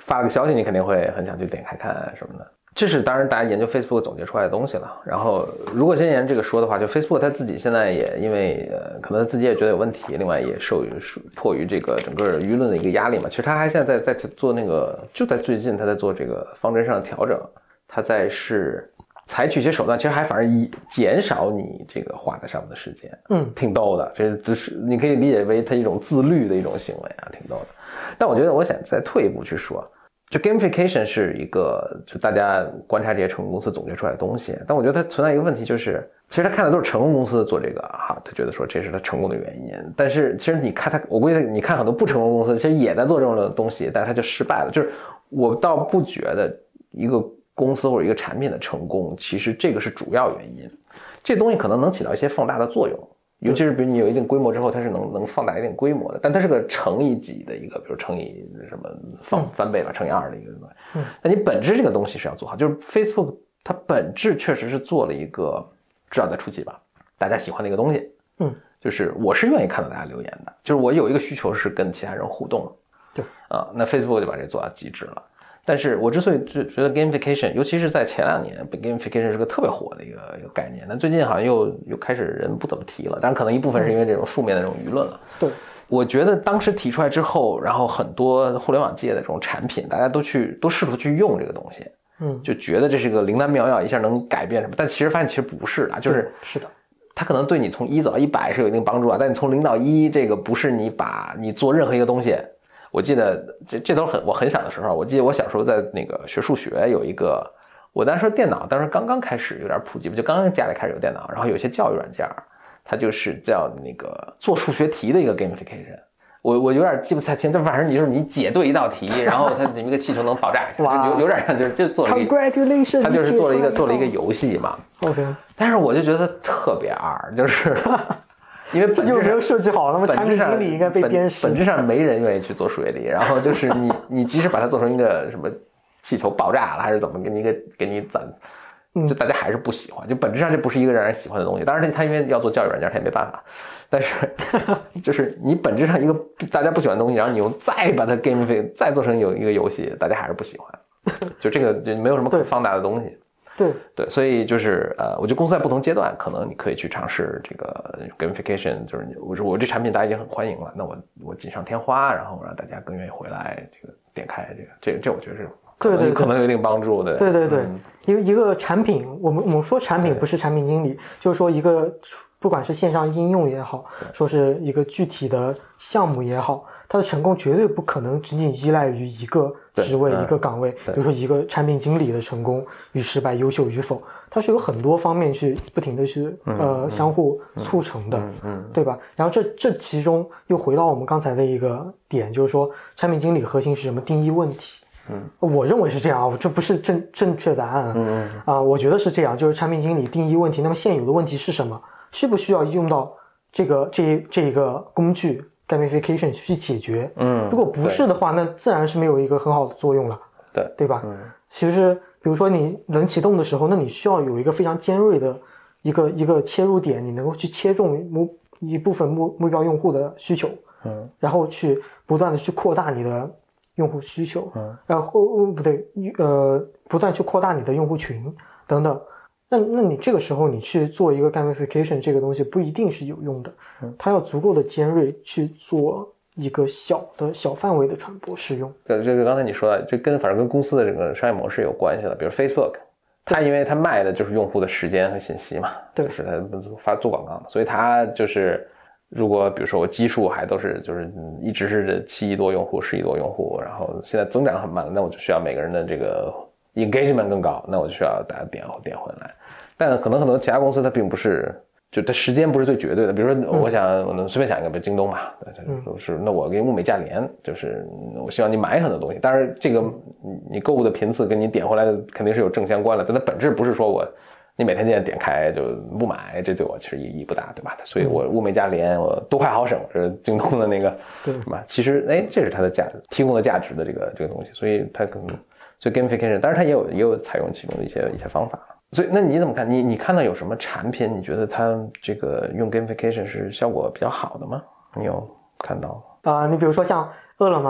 发了个消息，你肯定会很想去点开看什么的。这是当然大家研究 Facebook 总结出来的东西了。然后如果先沿这个说的话，就 Facebook 他自己现在也因为可能自己也觉得有问题，另外也迫于这个整个舆论的一个压力嘛。其实他还现在在做那个，就在最近他在做这个方针上的调整，他在是采取一些手段，其实还反而减少你这个花在上面的时间。挺逗的，这就是你可以理解为他一种自律的一种行为啊，挺逗的。但我觉得我想再退一步去说，就 gamification 是一个就大家观察这些成功公司总结出来的东西，但我觉得它存在一个问题，就是其实他看的都是成功公司做这个哈，他觉得说这是他成功的原因，但是其实你看他，我估计你看很多不成功公司其实也在做这种的东西，但是他就失败了。就是我倒不觉得一个公司或者一个产品的成功其实这个是主要原因，这东西可能能起到一些放大的作用，尤其是比如你有一定规模之后，它是能放大一定规模的，但它是个乘以几的一个，比如乘以什么翻倍吧，乘以2的一个东西。但你本质这个东西是要做好，就是 Facebook 它本质确实是做了一个，至少在初期吧，大家喜欢的一个东西。就是我是愿意看到大家留言的，就是我有一个需求是跟其他人互动。
对
啊，那 Facebook 就把这做到极致了。但是我之所以觉得 gamification， 尤其是在前2年 gamification 是个特别火的一个概念，那最近好像又开始人不怎么提了，当然可能一部分是因为这种负面的这种舆论了。
对，
我觉得当时提出来之后，然后很多互联网界的这种产品，大家都试图去用这个东西，就觉得这是个灵丹妙药，一下能改变什么，但其实发现其实不是的，
是的，
它可能对你从1走到100是有一定帮助啊，但你从0到1，这个不是你做任何一个东西。我记得这都我很小的时候，我记得我小时候在那个学数学，有一个我当时电脑当时刚刚开始有点普及，就刚刚家里开始有电脑，然后有些教育软件，它就是叫那个做数学题的一个 gamification。我有点记不太清，但反正你解对一道题，然后它一个气球能爆炸一下，有点像就做了一个
Congratulations，
它就是做了一个游戏嘛。
OK，
但是我就觉得特别二，就是因为
这就没有设计好，那么产品经理应该被鞭尸。
本质上没人愿意去做数学题，然后就是你即使把它做成一个什么气球爆炸了，还是怎么给你攒，就大家还是不喜欢。就本质上这不是一个让人喜欢的东西。当然他因为要做教育软件，他也没办法。但是就是你本质上一个大家不喜欢的东西，然后你又再把它 gamify， 再做成有一个游戏，大家还是不喜欢。就这个就没有什么可放大的东西。对，所以就是我觉得公司在不同阶段，可能你可以去尝试这个 gamification， 就是我这产品大家已经很欢迎了，那我锦上添花，然后让大家更愿意回来这个点开这我觉得是可能有一定帮助的。
对，一个产品，我们说产品不是产品经理，就是说一个不管是线上应用也好，说是一个具体的项目也好，它的成功绝对不可能仅仅依赖于一个职位一个岗位，比如说一个产品经理的成功与失败，优秀与否，它是有很多方面去不停的去相互促成的，对吧？然后这其中又回到我们刚才的一个点，就是说产品经理核心是什么？定义问题。我认为是这样啊，这不是正确答案啊。我觉得是这样，就是产品经理定义问题，那么现有的问题是什么？需不需要用到这个工具 gamification 去解决？如果不是的话，那自然是没有一个很好的作用了，对吧？其实比如说你冷启动的时候，那你需要有一个非常尖锐的一个切入点，你能够去切中一部分目标用户的需求，然后去不断的去扩大你的用户需求，然后不断去扩大你的用户群等等。那你这个时候你去做一个 gamification 这个东西不一定是有用的，它要足够的尖锐去做一个小范围的传播使用。
这个刚才你说的，这反正跟公司的这个商业模式有关系了。比如 Facebook， 它因为它卖的就是用户的时间和信息嘛，就是它做广告嘛，所以它就是如果比如说我基数还都是就是一直是7亿多用户10亿多用户，然后现在增长很慢，那我就需要每个人的这个 engagement 更高，那我就需要大家点回来。但可能很多其他公司它并不是，就它时间不是最绝对的。比如说我能随便想一个，比如京东嘛，那我给你物美价廉，就是我希望你买很多东西。当然这个你购物的频次跟你点回来的肯定是有正相关的，但它本质不是说你每天点开就不买，这对我其实意义不大，对吧？所以我物美价廉，我多快好省，这是京东的那个，对吧？其实这是它的提供的价值的这个东西，所以它可能所以 gamification， 当然它也有采用其中的一些方法。所以那你怎么看？你看到有什么产品你觉得它这个用 gamification 是效果比较好的吗？你有看到吗？
你比如说像饿了么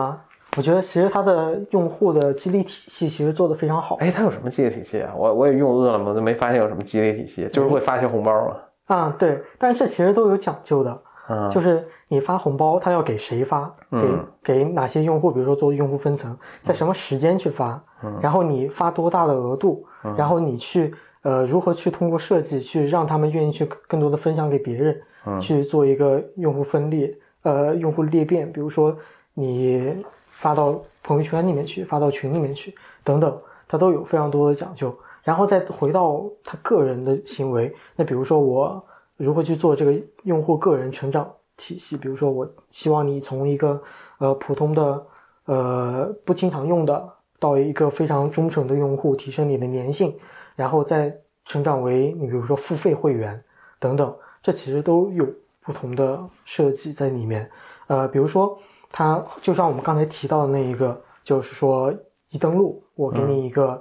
我觉得其实它的用户的激励体系其实做得非常好。
哎，它有什么激励体系啊？我也用饿了么，都没发现有什么激励体系，就是会发些红包嘛。
啊，对，但是这其实都有讲究的。就是你发红包，他要给谁发，给哪些用户，比如说做用户分层，在什么时间去发，然后你发多大的额度，然后你去如何去通过设计去让他们愿意去更多的分享给别人，去做一个用户分裂，用户裂变，比如说你发到朋友圈里面去，发到群里面去等等，它都有非常多的讲究。然后再回到他个人的行为，那比如说我如何去做这个用户个人成长体系，比如说我希望你从一个普通的不经常用的到一个非常忠诚的用户，提升你的粘性，然后再成长为你比如说付费会员等等，这其实都有不同的设计在里面。比如说它就像我们刚才提到的那一个，就是说一登录我给你一个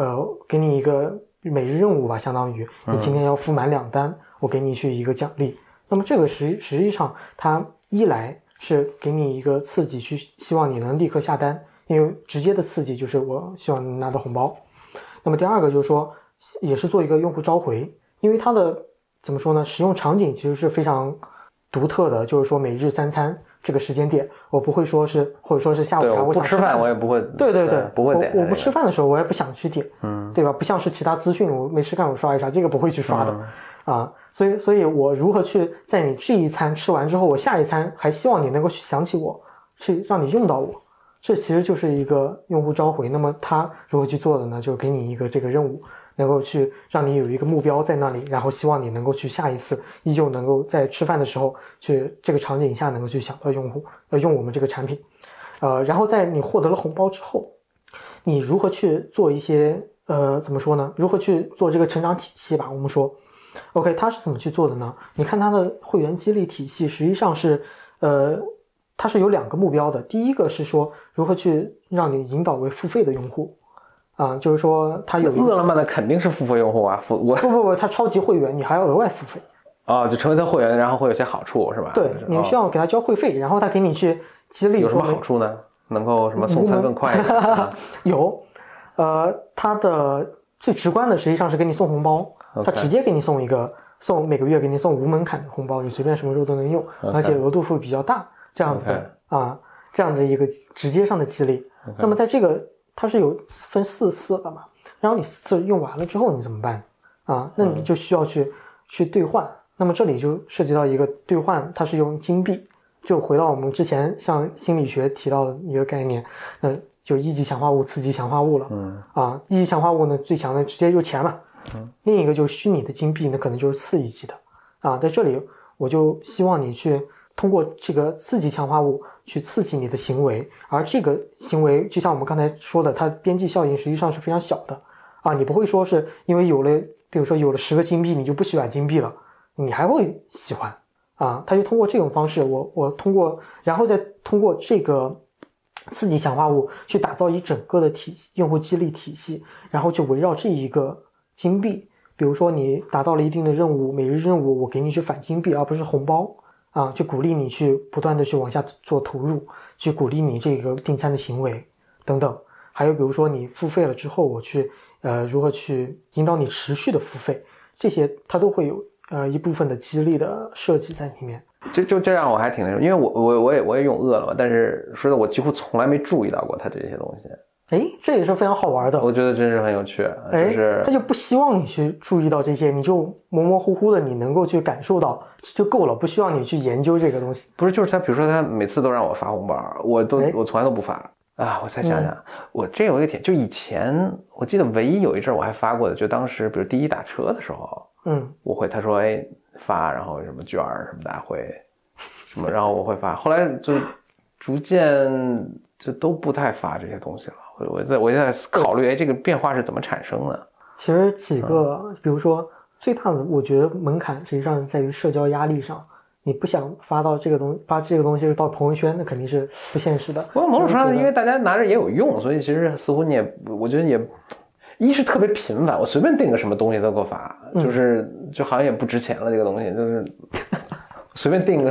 每日任务吧，相当于你今天要付满2单，我给你去一个奖励。那么这个实际上它一来是给你一个刺激，去希望你能立刻下单，因为直接的刺激就是我希望你拿到红包。那么第二个就是说也是做一个用户召回，因为它的怎么说呢，使用场景其实是非常独特的，就是说每日3餐这个时间点，我不会说是或者说是下午茶我想
不吃饭我也不会，
对
不会点，
我不吃饭的时候我也不想去点，对吧？不像是其他资讯我没事干我刷一刷，这个不会去刷的。所以我如何去在你这一餐吃完之后，我下一餐还希望你能够去想起我，去让你用到我，这其实就是一个用户召回。那么他如何去做的呢？就给你一个这个任务，能够去让你有一个目标在那里，然后希望你能够去下一次依旧能够在吃饭的时候去这个场景下能够去想到用户用我们这个产品。然后在你获得了红包之后，你如何去做一些怎么说呢？如何去做这个成长体系吧？我们说 OK 它是怎么去做的呢？你看它的会员激励体系实际上是它是有2个目标的。第一个是说如何去让你引导为付费的用户就是说它有
饿了么的肯定是付费用户啊，
不，它超级会员你还要额外付费
就成为他会员，然后会有些好处是吧？
对，你需要给他交会费，然后他给你去激励。
有什么好处呢？能够什么送餐更快一点？
有，它的最直观的实际上是给你送红包，它直接给你送每个月给你送无门槛的红包，你随便什么时候都能用，而且额度会比较大，这样子的这样的一个直接上的激励。那么在这个它是有分4次的嘛，然后你4次用完了之后你怎么办那你就需要去兑换。那么这里就涉及到一个兑换，它是用金币，就回到我们之前像心理学提到的一个概念，就一级强化物、次级强化物了。一级强化物呢，最强的直接就是钱嘛。另一个就是虚拟的金币，那可能就是次一级的。在这里我就希望你去通过这个次级强化物去刺激你的行为，而这个行为就像我们刚才说的，它边际效应实际上是非常小的你不会说是因为比如说有了10个金币你就不喜欢金币了，你还会喜欢他就通过这种方式，我通过，然后再通过这个刺激强化物去打造一整个的用户激励体系，然后就围绕这一个金币，比如说你达到了一定的任务，每日任务我给你去返金币而不是红包去鼓励你去不断的去往下做投入，去鼓励你这个订餐的行为等等。还有比如说你付费了之后，我去如何去引导你持续的付费，这些它都会有一部分的激励的设计在里面。
就这让我还挺那种，因为我也用饿了么，但是说的我几乎从来没注意到过它这些东西。
这也是非常好玩的，
我觉得真是很有趣。就是
他就不希望你去注意到这些，你就模模糊糊的你能够去感受到就够了，不需要你去研究这个东西。
不是，就是他比如说他每次都让我发红包，我从来都不发我再想想，我这有一个点，就以前我记得唯一有一阵我还发过的，就当时比如滴滴打车的时候我会他说发，然后什么券什么的会什么，然后我会发，后来就逐渐就都不太发这些东西了。我在考虑这个变化是怎么产生的。
其实几个比如说最大的我觉得门槛实际上是在于社交压力上，你不想发这个东西到朋友圈，那肯定是不现实的。
不过某种程度上因为大家拿着也有用，所以其实似乎我觉得也一是特别频繁，我随便订个什么东西都给我发，就好像也不值钱了，这个东西就是随便订个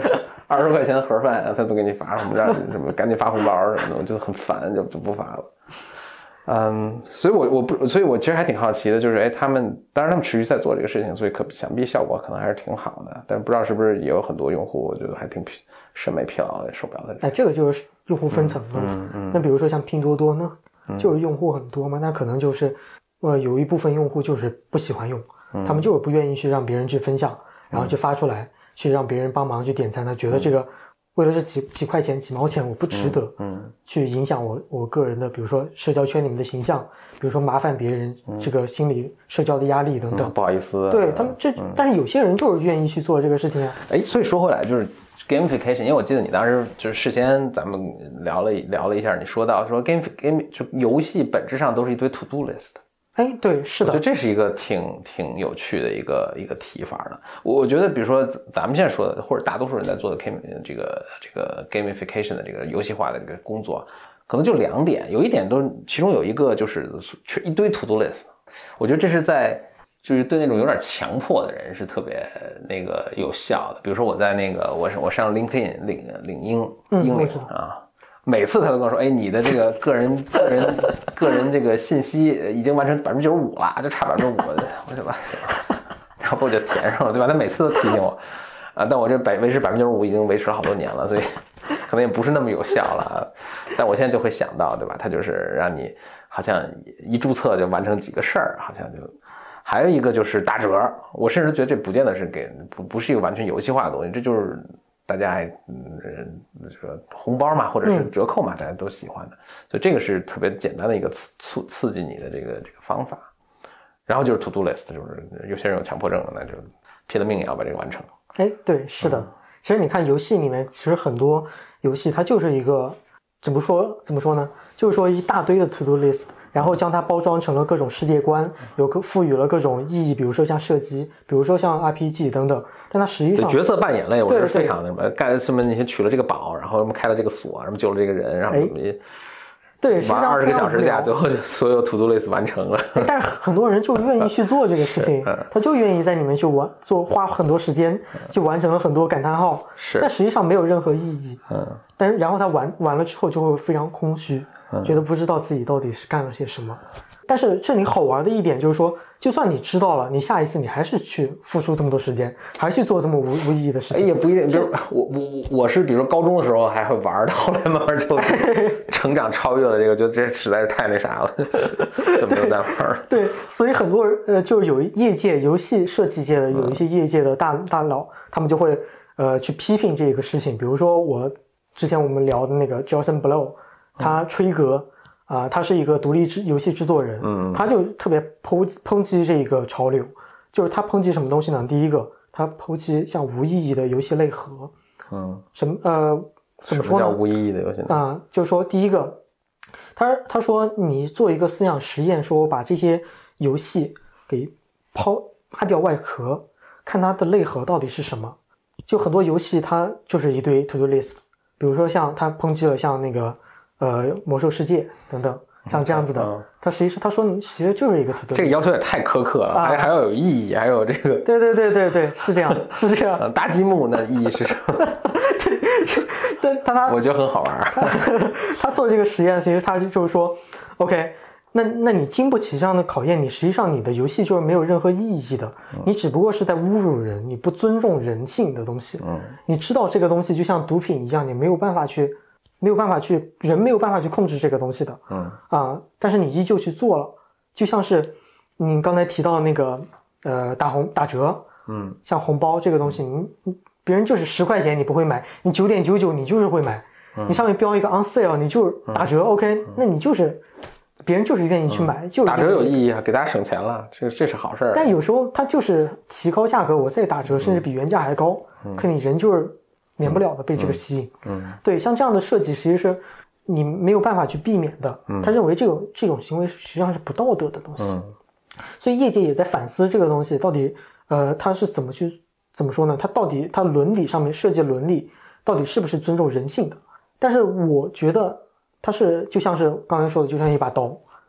20块钱盒饭他都给你发什么让你什么赶紧发红包什么的，我就很烦，就不发了。所以我其实还挺好奇的，就是他们当然他们持续在做这个事情，所以想必效果可能还是挺好的，但不知道是不是也有很多用户我觉得还挺审美疲劳的受不了的。
这个就是用户分层的。那比如说像拼多多呢，就是用户很多嘛，那可能就是有一部分用户就是不喜欢用，他们就是不愿意去让别人去分享，然后去发出来，去让别人帮忙去点赞，他觉得这个为了这几块钱几毛钱我不值得去影响我个人的比如说社交圈里面的形象，比如说麻烦别人这个心理社交的压力等等。
不好意思。
对他们但是有些人就是愿意去做这个事情啊。
所以说回来就是 gamification， 因为我记得你当时就是事先咱们聊了一下，你说到说 game 就游戏本质上都是一堆 to do list。
对，是的，
我觉得这是一个挺有趣的一个提法的。我觉得比如说咱们现在说的，或者大多数人在做的这个 gamification 的这个游戏化的这个工作，可能就2点，有一点其中有一个就是一堆 to do list。我觉得这是就是对那种有点强迫的人是特别那个有效的。比如说我在那个我上 LinkedIn 领英领啊。每次他都跟我说，你的这个个人这个信息已经完成95%了，就差5%，我就把然后我就填上了，对吧？他每次都提醒我，但我这维持95%已经维持了好多年了，所以可能也不是那么有效了。但我现在就会想到，对吧？他就是让你好像一注册就完成几个事儿，好像就还有一个就是打折。我甚至觉得这不见得是不是一个完全游戏化的东西，这就是大家还说红包嘛，或者是折扣嘛，大家都喜欢的，所以这个是特别简单的一个刺激你的这个方法。然后就是 to do list， 就是有些人有强迫症，那就拼了命也要把这个完成。
对，是的。其实你看游戏里面，其实很多游戏它就是一个怎么说呢？就是说一大堆的 to do list， 然后将它包装成了各种世界观，赋予了各种意义，比如说像射击，比如说像 RPG 等等。但它实际上
角色扮演类，我觉得非常那什么，干什么那些取了这个宝，然后什么开了这个锁，什么救了这个人，然后
对，
玩20个小时下，最后就所有 to do list 完成了。
但是很多人就愿意去做这个事情，他就愿意在里面去花很多时间，就完成了很多感叹号，但实际上没有任何意义。然后他完了之后就会非常空虚，觉得不知道自己到底是干了些什么。但是这里好玩的一点就是说，就算你知道了，你下一次你还是去付出这么多时间，还是去做这么无意义的事情。
也不一定，就是我是比如说高中的时候还会玩的，后来慢慢就成长超越了这个，觉得这实在是太那啥了，就没有再玩。
对，所以很多人就是有业界游戏设计界的有一些业界的大佬，他们就会去批评这个事情。比如说之前我们聊的那个 Jason Blow， 他吹格。他是一个独立游戏制作人，他就特别抨击这个潮流，就是他抨击什么东西呢？第一个，他抨击像无意义的游戏类核，怎么说呢？
叫无意义的游戏
就是说第一个，他说你做一个思想实验，说把这些游戏给扒掉外壳，看它的内核到底是什么。就很多游戏它就是一堆 to do list， 比如说像他抨击了像那个。魔兽世界等等，像这样子的，他实际上他说你其实就是一个 to do list，
这个要求也太苛刻了，还要有意义，还有这个。
对，是这样，是这样。
搭积木那意义是什么？
对，
我觉得很好玩。
他做这个实验，其实他就是说 ，OK， 那你经不起这样的考验，你实际上你的游戏就是没有任何意义的，你只不过是在侮辱人，你不尊重人性的东西。你知道这个东西就像毒品一样，你没有办法去人没有办法去控制这个东西的。但是你依旧去做了，就像是你刚才提到那个打折，像红包这个东西，别人就是10块钱你不会买，你9.99你就是会买，你上面标一个 on sale 你就是打折，OK， 那你就是别人就是愿意去买，就是
打折有意义啊，给大家省钱了，这是好事。
但有时候它就是提高价格，我再打折，甚至比原价还高，可你人就是免不了的被这个吸引。对，像这样的设计其实是你没有办法去避免的。他认为这种行为实际上是不道德的东西。所以业界也在反思这个东西到底他是怎么说呢？他伦理上面设计伦理到底是不是尊重人性的？但是我觉得它是就像是刚才说的，就像一把刀，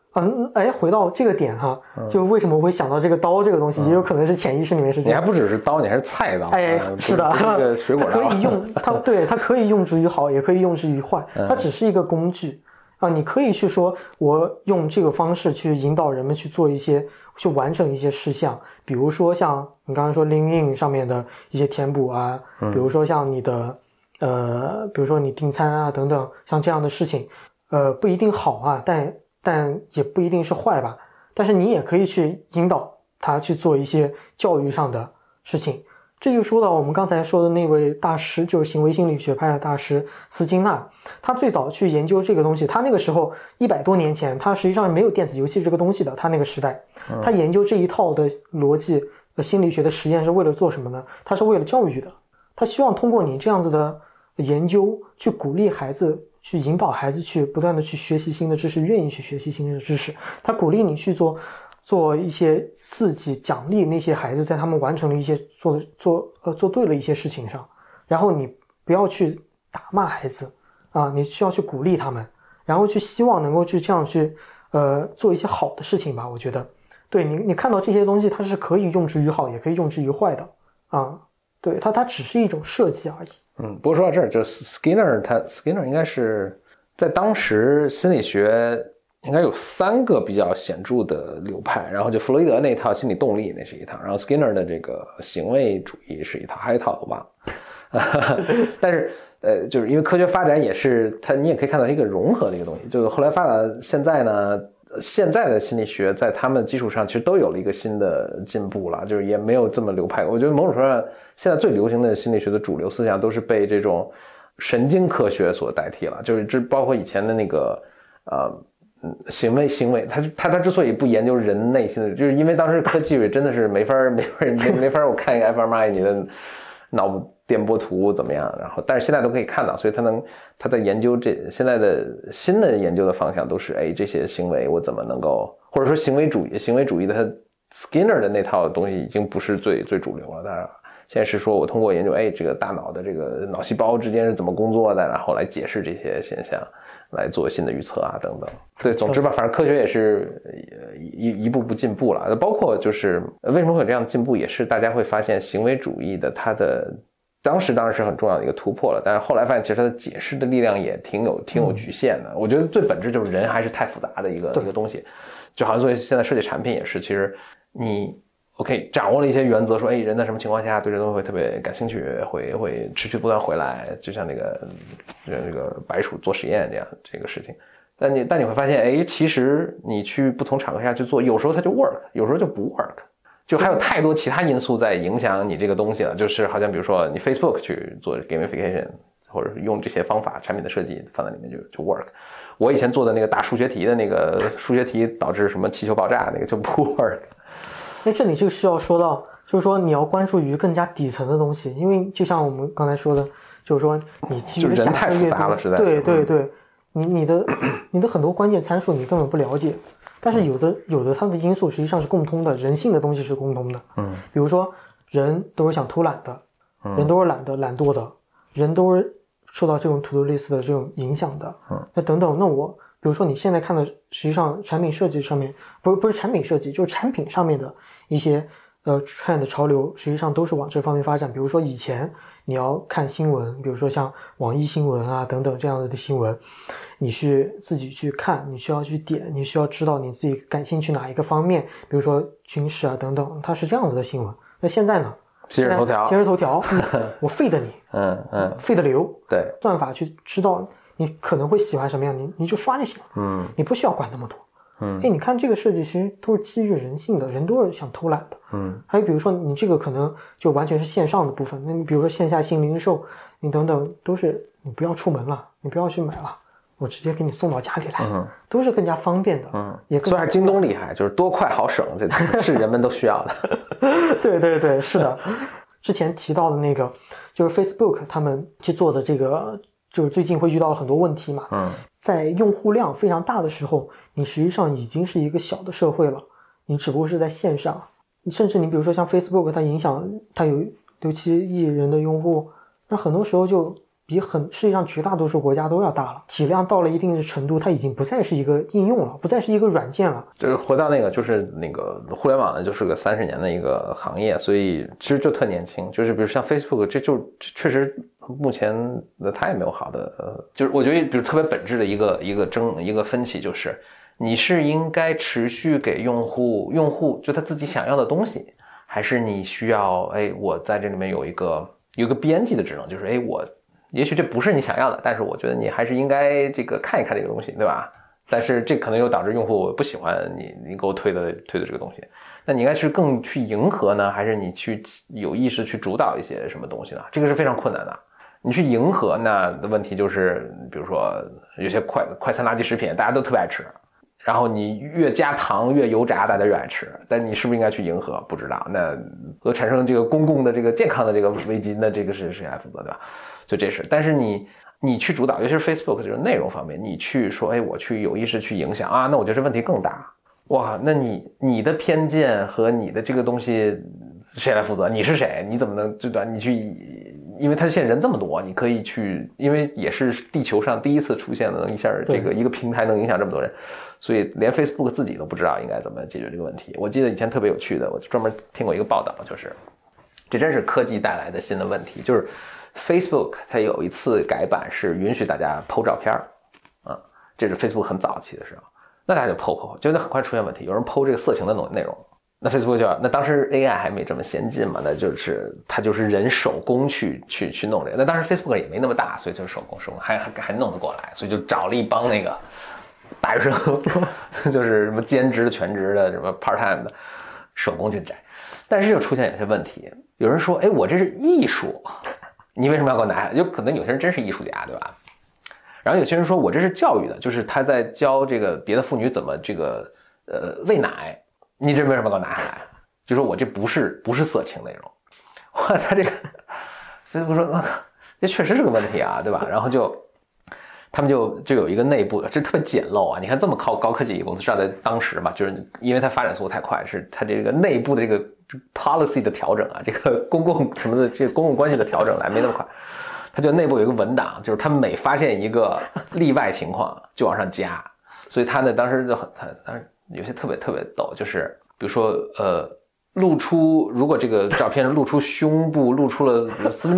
回到这个点哈，就为什么我会想到这个刀这个东西，也有可能是潜意识里面是这样。
你还不只是刀，你还是菜刀。
是的，
这个水果刀。
它可以用，它可以用之于好，也可以用之于坏，它只是一个工具啊。你可以去说，我用这个方式去引导人们去做去完成一些事项，比如说像你刚刚说 LinkedIn 上面的一些填补啊，比如说像你的比如说你订餐啊等等，像这样的事情，不一定好啊，但也不一定是坏吧，但是你也可以去引导他去做一些教育上的事情。这就说到我们刚才说的那位大师，就是行为心理学派的大师斯金纳，他最早去研究这个东西，他那个时候100多年前，他实际上没有电子游戏这个东西的，他那个时代，他研究这一套的逻辑心理学的实验是为了做什么呢？他是为了教育的，他希望通过你这样子的研究去鼓励孩子，去引导孩子去不断的去学习新的知识，愿意去学习新的知识。他鼓励你去做一些刺激奖励那些孩子在他们完成了一些做对了一些事情上，然后你不要去打骂孩子啊，你需要去鼓励他们，然后去希望能够去这样去做一些好的事情吧。我觉得对你看到这些东西，它是可以用之于好，也可以用之于坏的啊。对，它只是一种设计而已。
不过说到这儿，就是 Skinner 应该是在当时心理学应该有3个比较显著的流派，然后就弗洛伊德那一套心理动力那是一套，然后 Skinner 的这个行为主义是一套，还有一套我忘了。但是就是因为科学发展也是你也可以看到一个融合的一个东西，就是后来发展现在呢，现在的心理学在他们基础上其实都有了一个新的进步了，就是也没有这么流派。我觉得某种程度上现在最流行的心理学的主流思想都是被这种神经科学所代替了，就是这包括以前的那个行为，他之所以不研究人内心的，就是因为当时科技真的是没法我看一个 fMRI 你的脑部电波图怎么样，然后但是现在都可以看到，所以他在研究现在的新的研究的方向都是这些行为我怎么能够，或者说行为主义的他 Skinner 的那套东西已经不是最主流了，当然现在是说我通过研究这个大脑的这个脑细胞之间是怎么工作的，然后来解释这些现象，来做新的预测啊等等。对，总之吧，反正科学也是一步步进步了，包括就是为什么会有这样的进步，也是大家会发现行为主义的它的当时当然是很重要的一个突破了，但是后来发现其实它的解释的力量也挺有局限的。我觉得最本质就是人还是太复杂的一个东西，就好像所以现在设计产品也是，其实你 OK 掌握了一些原则，说人在什么情况下对这东西会特别感兴趣，会持续不断回来，就像那个白鼠做实验这个事情。但你会发现其实你去不同场合下去做，有时候它就 work， 有时候就不 work， 就还有太多其他因素在影响你这个东西了。就是好像比如说你 Facebook 去做 gamification， 或者是用这些方法产品的设计放在里面就 work。我以前做的那个打数学题的那个数学题导致什么气球爆炸那个就不 work。
这里就需要说到，就是说你要关注于更加底层的东西，因为就像我们刚才说的，就是说你基于的假设越多，对，你的很多关键参数你根本不了解，但是有的它的因素实际上是共通的，人性的东西是共通的。比如说人都是想偷懒的，人都是懒惰的，人都是受到这种 to do list 的这种影响的。那等等，那比如说你现在看的，实际上产品设计上面不是产品设计，就是产品上面的一些trend 的潮流，实际上都是往这方面发展。比如说以前你要看新闻，比如说像网易新闻啊等等这样的新闻，你去自己去看，你需要去点，你需要知道你自己感兴趣哪一个方面，比如说军事啊等等，它是这样子的新闻。那现在呢？
今日头条，
我feed你，feed流，
对，
算法去知道你可能会喜欢什么样，你就刷就行了，你不需要管那么多。你看这个设计其实都是基于人性的，人都是想偷懒的。还有比如说你这个可能就完全是线上的部分，那你比如说线下新零售，你等等都是你不要出门了，你不要去买了，我直接给你送到家里来，都是更加方便的。也更
所以还是京东厉害，就是多快好省，这是人们都需要的。
对，是的。之前提到的那个就是 Facebook 他们去做的这个，就是最近会遇到很多问题嘛。在用户量非常大的时候，你实际上已经是一个小的社会了，你只不过是在线上。甚至你比如说像 Facebook 它影响它有6-7亿人的用户，那很多时候就世界上绝大多数国家都要大了，体量到了一定的程度，它已经不再是一个应用了，不再是一个软件了。
就是回到那个，就是那个互联网呢，就是个30年的一个行业，所以其实就特年轻。就是比如像 Facebook， 这确实目前的它也没有好的，就是我觉得比如特别本质的一个分歧就是，你是应该持续给用户就他自己想要的东西，还是你需要我在这里面有一个边际的职能，就是我也许这不是你想要的，但是我觉得你还是应该这个看一看这个东西，对吧？但是这可能又导致用户不喜欢你给我推的这个东西。那你应该是更去迎合呢，还是你去有意识去主导一些什么东西呢？这个是非常困难的。你去迎合那的问题就是，比如说有些快餐垃圾食品大家都特别爱吃，然后你越加糖越油炸大家越爱吃，但你是不是应该去迎合？不知道。那会产生这个公共的这个健康的这个危机，那这个是谁来负责，对吧？所以这是，但是你去主导，尤其是 Facebook 这种内容方面，你去说我去有意识去影响啊，那我觉得这问题更大。哇，那你的偏见和你的这个东西谁来负责？你是谁？你怎么能对吧？你去，因为他现在人这么多，你可以去，因为也是地球上第一次出现的一下这个一个平台能影响这么多人，所以连 Facebook 自己都不知道应该怎么解决这个问题。我记得以前特别有趣的，我专门听过一个报道，就是这真是科技带来的新的问题，就是 Facebook 它有一次改版是允许大家 po 照片这是 Facebook 很早期的时候，那大家就 po， 结果很快出现问题，有人 po 这个色情的内容，那 Facebook 那当时 AI 还没这么先进嘛，那就是它就是人手工去弄这个，那当时 Facebook 也没那么大，所以就是手工还弄得过来，所以就找了一帮那个大学生就是什么兼职的全职的什么 part time 的手工去摘，但是又出现有些问题，有人说我这是艺术，你为什么要给我拿下来？就可能有些人真是艺术家，对吧？然后有些人说我这是教育的，就是他在教这个别的妇女怎么这个喂奶，你这为什么给我拿下来？就说我这不是色情内容。哇，他这个所以我说这确实是个问题啊，对吧？然后他们就有一个内部，这特别简陋啊！你看这么高科技一个公司，至少在当时吧，就是因为它发展速度太快，是它这个内部的这个 policy 的调整啊，这个公共什么的这个公共关系的调整来没那么快。它就内部有一个文档，就是他每发现一个例外情况就往上加，所以他呢当时当时有些特别逗，就是比如说露出，如果这个照片露出胸部露出了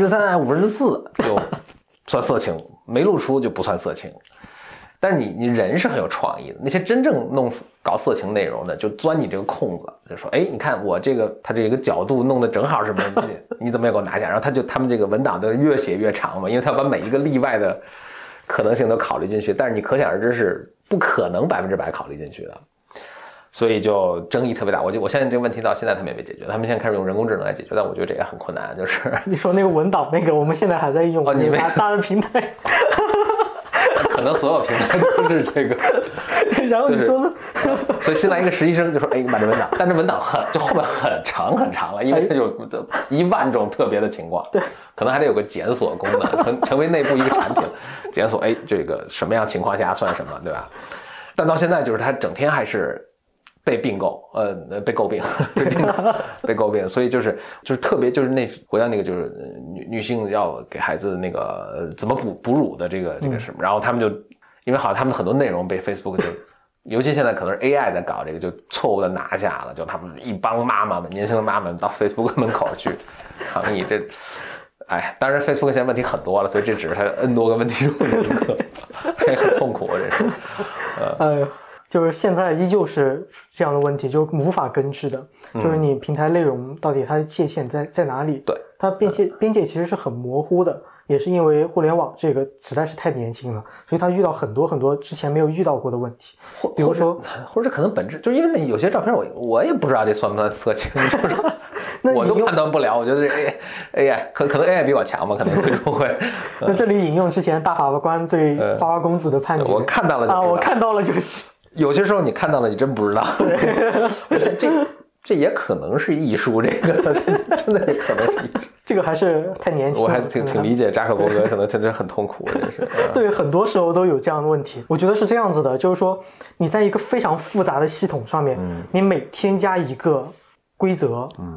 3/4、4/5就算色情，没露出就不算色情。但是你人是很有创意的，那些真正搞色情内容的就钻你这个空子，就说你看我这个他这个角度弄得正好是什么，你怎么也给我拿下？然后他们这个文档都越写越长嘛，因为他把每一个例外的可能性都考虑进去，但是你可想而知是不可能100%考虑进去的，所以就争议特别大。我相信这个问题到现在他们也没解决，他们现在开始用人工智能来解决，但我觉得这也很困难。就是
你说那个文档那个，我们现在还在用
你们
大的平台。
可能所有平台都是这个，
然后你说的，
所以新来一个实习生就说：“你把这文档，但这文档就后面很长了，因为它有10000种特别的情况，
对，
可能还得有个检索功能，成为内部一个产品，检索这个什么样情况下算什么，对吧？但到现在就是它整天还是被并购，被诟病，所以就是特别就是回到那个就是女性要给孩子那个怎么哺乳的这个什么，然后他们就因为好像他们很多内容被 Facebook 就，尤其现在可能是 AI 在搞这个，就错误的拿下了，就他们一帮妈妈们，年轻的妈妈们到 Facebook 门口去抗议，这。当然 Facebook 现在问题很多了，所以这只是它 N 多个问题中的一个，还很痛苦，这是。
就是现在依旧是这样的问题，就无法根治的。就是你平台内容到底它的界限在哪里？
对，
它边界其实是很模糊的，也是因为互联网这个实在是太年轻了，所以它遇到很多之前没有遇到过的问题。比如说，
或者可能本质就是因为有些照片我也不知道这算不算色情，就是我都判断不了。我觉得这 AI 可能 AI 比我强吧，可能最终会。
那这里引用之前大法官对花花公子的判决，
我看到了就知道
我看到了就是。
有些时候你看到了，你真不知道。对，这也可能是艺术，这个真的也可能是艺术。
这个还是太年轻了。
我还挺理解扎克伯格，可能真的很痛苦，真是。
对，很多时候都有这样的问题。我觉得是这样子的，就是说你在一个非常复杂的系统上面，你每添加一个规则，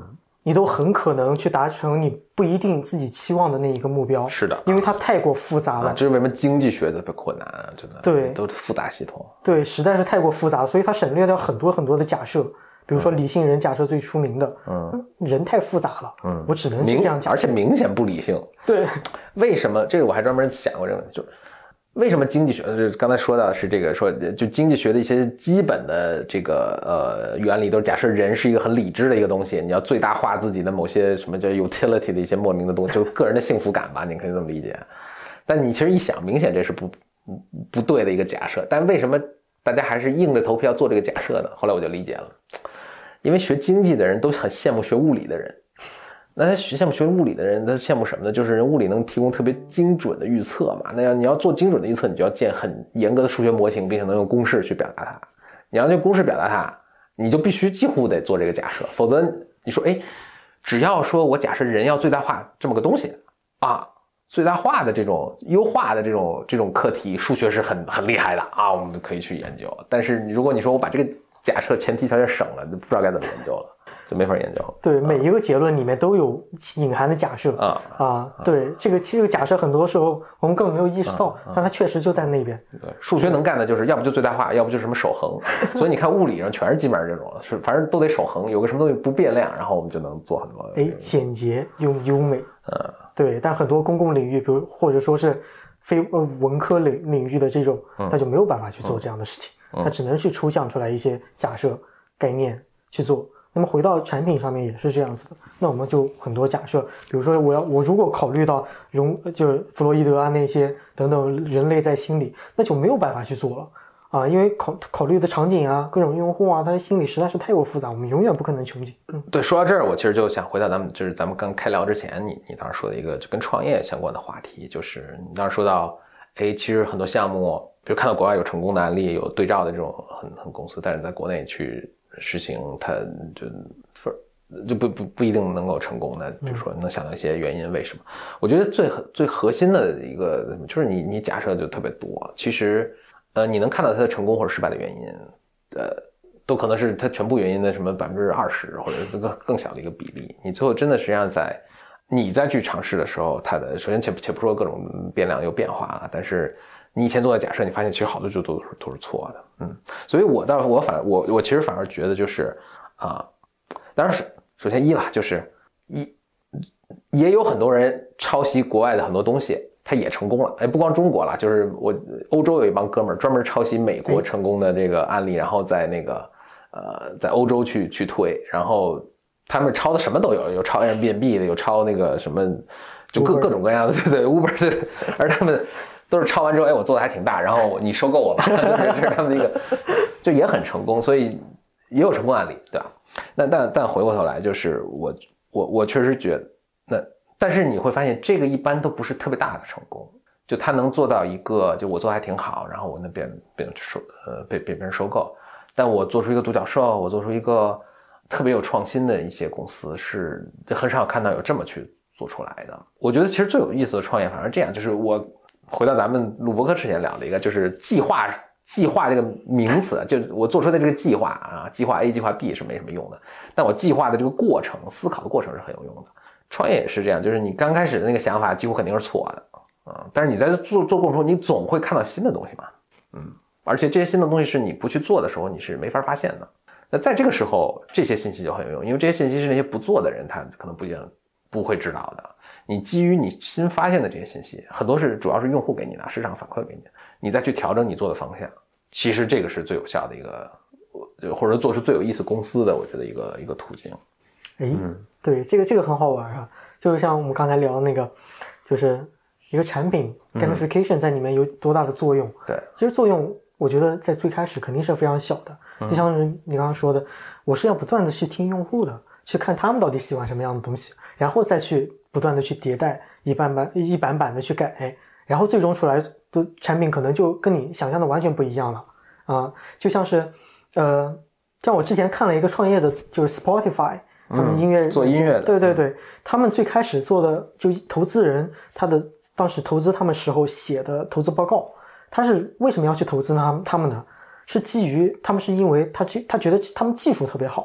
你都很可能去达成你不一定自己期望的那一个目标。
是的，
因为它太过复杂了。
这是为什么经济学特别困难啊？真的，
对，
都是复杂系统。
对，实在是太过复杂，所以它省略掉很多很多的假设。比如说理性人假设最出名的，人太复杂了，我只能这样讲，
而且明显不理性。
对，
为什么？这个我还专门想过这个问题，就为什么经济学？就刚才说到的是这个，说就经济学的一些基本的这个原理，都是假设人是一个很理智的一个东西，你要最大化自己的某些什么叫 utility 的一些莫名的东西，就是个人的幸福感吧，你可以这么理解。但你其实一想，明显这是不对的一个假设。但为什么大家还是硬着头皮要做这个假设呢？后来我就理解了。因为学经济的人都很羡慕学物理的人，那他羡慕学物理的人，他羡慕什么呢？就是人物理能提供特别精准的预测嘛。那你要做精准的预测，你就要建很严格的数学模型，并且能用公式去表达它。你要用公式表达它，你就必须几乎得做这个假设，否则你说，只要说我假设人要最大化这么个东西啊，最大化的这种优化的这种课题，数学是很厉害的啊，我们可以去研究。但是如果你说我把这个假设前提条件省了，就不知道该怎么研究了，就没法研究了。
对，每一个结论里面都有隐含的假设对，这个假设很多时候我们根本没有意识到，但它确实就在那边。
对，数学能干的就是要不就最大化，要不就什么守恒。所以你看物理上全是基本上这种，是反正都得守恒，有个什么东西不变量，然后我们就能做很多。
简洁又优美。对，但很多公共领域，比如或者说是非文科领域的这种，他就没有办法去做这样的事情。它只能去抽象出来一些假设概念去做。那么回到产品上面也是这样子的，那我们就很多假设，比如说我如果考虑到就是弗洛伊德啊那些等等人类在心理，那就没有办法去做了因为考虑的场景啊，各种用户啊，他的心理实在是太过复杂，我们永远不可能穷尽。
对，说到这儿，我其实就想回到咱们刚开聊之前，你当时说的一个就跟创业相关的话题，就是你当时说到，其实很多项目。比如看到国外有成功的案例，有对照的这种很公司，但是在国内去实行，它就不一定能够成功的。比如说能想到一些原因，为什么？我觉得最核心的一个就是你假设就特别多，其实你能看到它的成功或者失败的原因，都可能是它全部原因的什么20%或者这个更小的一个比例。你最后真的实际上你再去尝试的时候，它的首先且不说各种变量有变化了，但是。你以前做的假设，你发现其实好多就都是错的，所以我其实反而觉得就是当然是首先啦，就是也有很多人抄袭国外的很多东西，他也成功了，不光中国了，就是欧洲有一帮哥们儿专门抄袭美国成功的这个案例，然后在那个在欧洲去推，然后他们抄的什么都有抄 Airbnb 的，有抄那个什么，就各种各样的，对 Uber 对，而他们。都是抄完之后，我做的还挺大，然后你收购我吧，这是他们的一个，就也很成功，所以也有成功案例，对吧？但回过头来，就是我确实觉得，但是你会发现，这个一般都不是特别大的成功，就他能做到一个，就我做的还挺好，然后我那边被别人收购，但我做出一个独角兽，我做出一个特别有创新的一些公司，是很少看到有这么去做出来的。我觉得其实最有意思的创业反而这样，就是我。回到咱们录播课之前聊的一个，就是计划这个名词，就我做出的这个计划计划 A 计划 B 是没什么用的，但我计划的这个过程，思考的过程是很有用的。创业也是这样，就是你刚开始的那个想法几乎肯定是错的但是你在做过程中，你总会看到新的东西嘛，而且这些新的东西是你不去做的时候，你是没法发现的。那在这个时候，这些信息就很有用，因为这些信息是那些不做的人他可能不会知道的。你基于你新发现的这些信息，很多是主要是用户给你的，市场反馈给你的，你再去调整你做的方向，其实这个是最有效的一个，或者做出最有意思公司的，我觉得一个途径。
对，这个很好玩啊，就是像我们刚才聊的那个，就是一个产品 gamification 在里面有多大的作用？
对，
其实作用我觉得在最开始肯定是非常小的，就像是你刚刚说的，我是要不断的去听用户的，去看他们到底喜欢什么样的东西，然后再去不断的去迭代，一版版的去改，然后最终出来的产品可能就跟你想象的完全不一样了就像是像我之前看了一个创业的，就是 Spotify 他们
做音乐的，
对，他们最开始做的就投资人当时投资他们时候写的投资报告，他是为什么要去投资他们呢？是基于他们是因为他觉得他们技术特别好。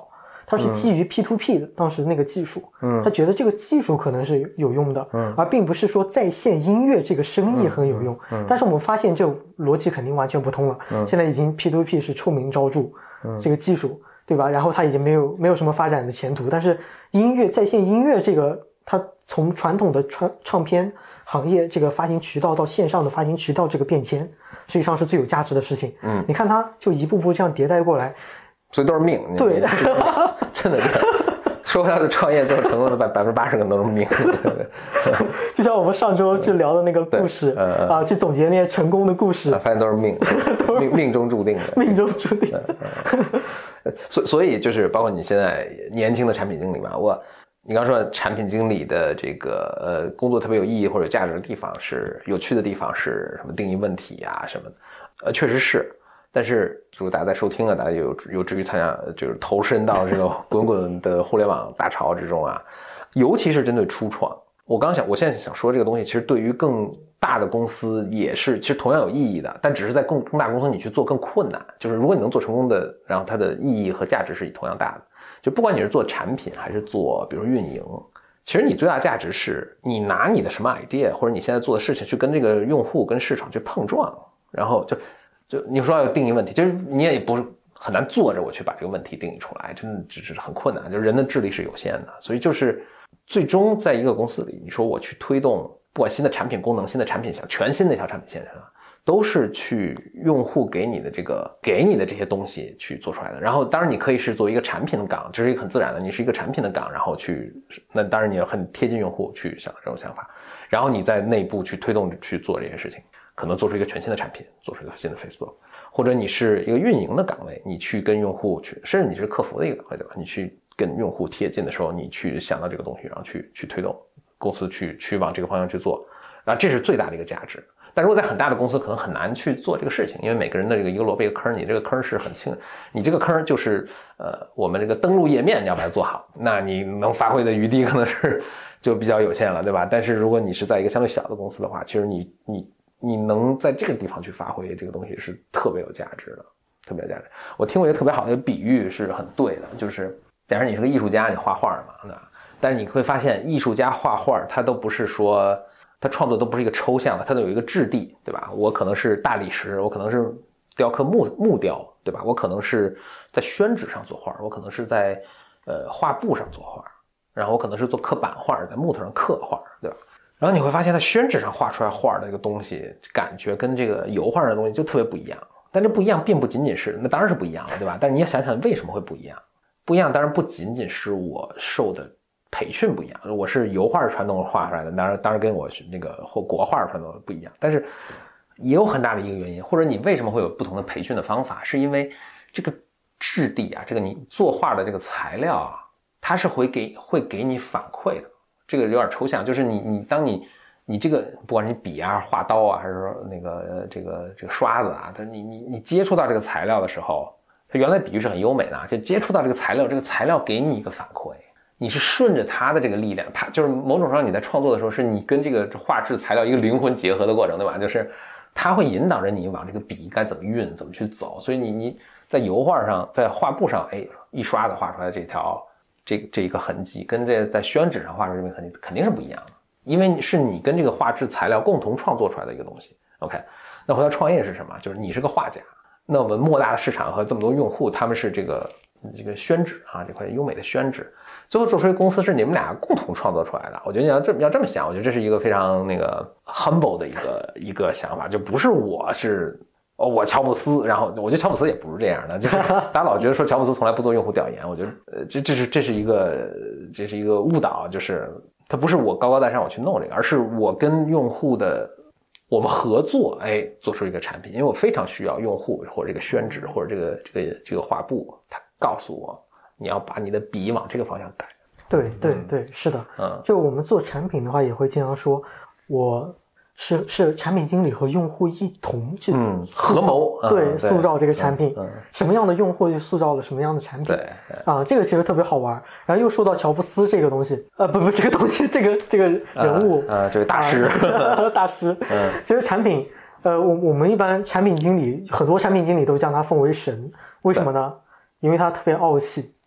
它是基于 P2P 的当时那个技术，他觉得这个技术可能是有用的，而并不是说在线音乐这个生意很有用。但是我们发现这逻辑肯定完全不通了，现在已经 P2P 是臭名昭著，这个技术，对吧？然后它已经没有什么发展的前途，但是在线音乐这个，它从传统的唱片行业这个发行渠道到线上的发行渠道这个变迁，实际上是最有价值的事情。你看它就一步步这样迭代过来，
所以都是命。
对，
真的是。说他的创业最后成功的80%可能都是命。
就像我们上周去聊的那个故事去总结那些成功的故事，
发现都是命，命中注定的，
命中注定。
所以就是包括你现在年轻的产品经理嘛，你刚说产品经理的这个工作特别有意义或者有价值的地方是有趣的地方是什么？定义问题啊什么的，确实是。但是如果大家在收听大家有志于参加，就是投身到这个滚滚的互联网大潮之中啊，尤其是针对初创。我现在想说这个东西，其实对于更大的公司也是其实同样有意义的，但只是在更大公司你去做更困难。就是如果你能做成功的，然后它的意义和价值是同样大的。就不管你是做产品还是做比如运营，其实你最大的价值是你拿你的什么 idea 或者你现在做的事情去跟这个用户跟市场去碰撞，然后就你说要定义问题，就是你也不是很难坐着我去把这个问题定义出来，真的只是很困难，就是人的智力是有限的。所以就是最终在一个公司里，你说我去推动不管新的产品功能、新的产品线、全新的一条产品线上，都是去用户给你的这些东西去做出来的。然后当然你可以是作为一个产品的岗，这是一个很自然的，你是一个产品的岗，然后那当然你要很贴近用户去想这种想法，然后你在内部去推动去做这些事情，可能做出一个全新的产品，做出一个新的 Facebook， 或者你是一个运营的岗位，你去跟用户甚至你是客服的一个岗位，对吧？你去跟用户贴近的时候，你去想到这个东西，然后去推动公司去往这个方向去做，然后这是最大的一个价值。但如果在很大的公司可能很难去做这个事情，因为每个人的这个一个萝卜一个坑，你这个坑是很轻，你这个坑就是我们这个登录页面你要把它做好，那你能发挥的余地可能是就比较有限了，对吧？但是如果你是在一个相对小的公司的话，其实你能在这个地方去发挥这个东西是特别有价值的，特别有价值。我听过一个特别好的比喻是很对的，就是假如你是个艺术家，你画画嘛，对吧？但是你会发现艺术家画画他都不是说他创作都不是一个抽象的，他都有一个质地，对吧？我可能是大理石，我可能是雕刻木雕，对吧？我可能是在宣纸上作画，我可能是在画布上作画，然后我可能是做刻版画，在木头上刻画，对吧？然后你会发现在宣纸上画出来画的这个东西感觉跟这个油画上的东西就特别不一样，但这不一样并不仅仅是，那当然是不一样了，对吧？但是你要想想为什么会不一样，不一样当然不仅仅是我受的培训不一样，我是油画传统画出来的，当然跟我那个或国画传统不一样，但是也有很大的一个原因，或者你为什么会有不同的培训的方法，是因为这个质地啊，这个你作画的这个材料啊，它是会给你反馈的。这个有点抽象，就是当你这个不管是你笔啊、画刀啊，还是说那个这个刷子啊，你接触到这个材料的时候，它原来比喻是很优美的，就接触到这个材料给你一个反馈，你是顺着它的这个力量，它就是某种上你在创作的时候，是你跟这个画质材料一个灵魂结合的过程，对吧？就是它会引导着你往这个笔该怎么运，怎么去走，所以你在油画上，在画布上，一刷子画出来这条。这一个痕迹跟这在宣纸上画出这个痕迹肯定是不一样的，因为是你跟这个画质材料共同创作出来的一个东西。OK， 那回到创业是什么？就是你是个画家，那我们莫大的市场和这么多用户，他们是这个宣纸啊，这块优美的宣纸，最后做出一个公司是你们俩共同创作出来的。我觉得你要这么想，我觉得这是一个非常那个 humble 的一个想法，就不是我乔布斯，然后我觉得乔布斯也不是这样的，就是大家老觉得说乔布斯从来不做用户调研，我觉得这是一个误导，就是它不是我高高在上我去弄这个，而是我跟用户我们合作，做出一个产品，因为我非常需要用户或者这个宣纸或者这个画布，他告诉我你要把你的笔往这个方向改。
对，是的，就我们做产品的话，也会经常说我。是产品经理和用户一同去
合谋，
塑造这个产品，什么样的用户就塑造了什么样的产品，这个其实特别好玩。然后又说到乔布斯这个东西，不，这个东西，这个人物，
这个大师，
大师，其实产品，我们一般产品经理，很多产品经理都将他奉为神，为什么呢？因为他特别傲气。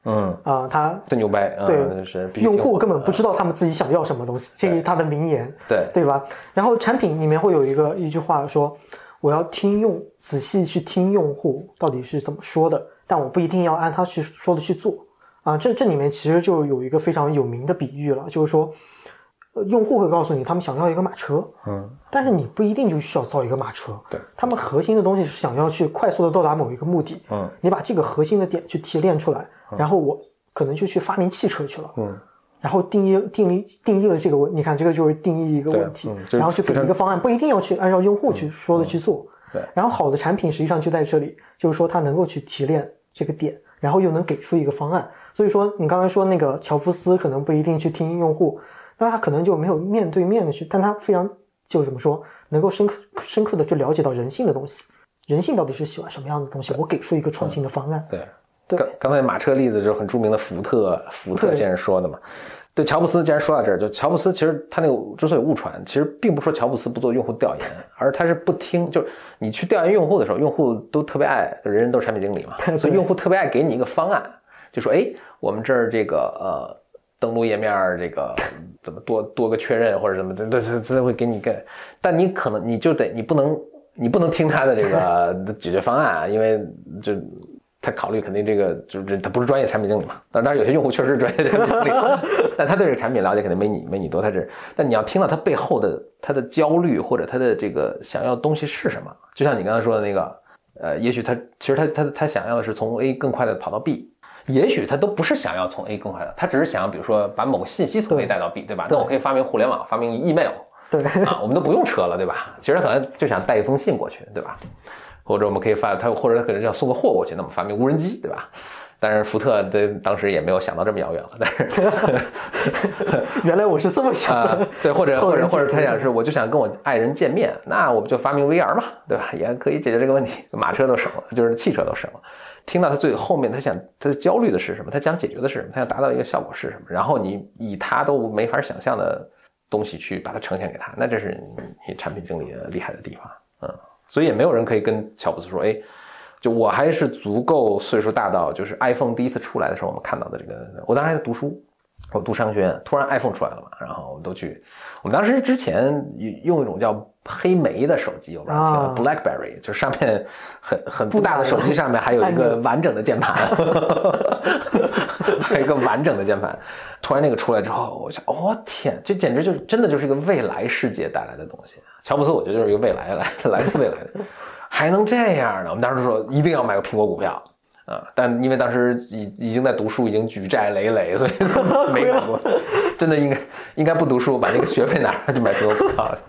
他
真牛掰，
对，
是
用户根本不知道他们自己想要什么东西，这是他的名言，对吧？然后产品里面会有一句话说，我要仔细去听用户到底是怎么说的，但我不一定要按他去说的去做啊。这里面其实就有一个非常有名的比喻了，就是说。用户会告诉你他们想要一个马车，但是你不一定就需要造一个马车，
对，
他们核心的东西是想要去快速的到达某一个目的，你把这个核心的点去提炼出来，然后我可能就去发明汽车去了，然后定义了这个你看这个就是定义一个问题，然后去给一个方案，不一定要去按照用户去说的去做，
对，
然后好的产品实际上就在这里，就是说它能够去提炼这个点，然后又能给出一个方案，所以说你刚才说那个乔布斯可能不一定去听用户。那他可能就没有面对面的去，但他非常就怎么说，能够深刻的去了解到人性的东西，人性到底是喜欢什么样的东西，我给出一个创新的方案。
对，刚才马车例子就是很著名的福特先生说的嘛。对，乔布斯既然说到这儿，就乔布斯其实他那个之所以误传，其实并不是说乔布斯不做用户调研，而他是不听，就是你去调研用户的时候，用户都特别爱，人人都是产品经理嘛，所以用户特别爱给你一个方案，就说我们这儿这个登录页面这个怎么多个确认或者什么的，他会给你个，但你可能你不能听他的这个解决方案，因为就他考虑肯定这个就是他不是专业产品经理嘛，当然有些用户确实是专业产品经理，但他对这个产品了解肯定没你多，但你要听到他背后的他的焦虑或者他的这个想要的东西是什么，就像你刚才说的那个也许其实他想要的是从 A 更快的跑到 B。也许他都不是想要从 A 更快的，他只是想要比如说把某个信息从 A 带到 B， 对吧？那我可以发明互联网，发明 email，
对
啊，我们都不用车了，对吧？其实他可能就想带一封信过去，对吧？或者我们可以或者他可能要送个货过去，那么发明无人机，对吧？但是福特当时也没有想到这么遥远了，但是
原来我是这么想的，
对，或者他想是我就想跟我爱人见面，那我们就发明 VR 嘛，对吧？也可以解决这个问题，马车都省了，就是汽车都省了。听到他最后面他的焦虑的是什么，他想解决的是什么，他想达到一个效果是什么，然后你以他都没法想象的东西去把它呈现给他，那这是你产品经理厉害的地方，所以也没有人可以跟乔布斯说，就我还是足够岁数大到，就是 iPhone 第一次出来的时候我们看到的这个，我当时还在读书，我读商学院，突然 iPhone 出来了嘛，然后我们当时之前用一种叫黑莓的手机，我不知道听了 BlackBerry， 就是上面很不大的手机上面还有一个完整的键盘，还有一个完整的键盘。突然那个出来之后，我想，天，这简直真的就是一个未来世界带来的东西。乔布斯我觉得就是一个未来来自未来的，还能这样呢？我们当时说一定要买个苹果股票。但因为当时已经在读书，已经举债累累，所以没买过。真的应该不读书，把那个学费拿出来就买苹果股票了。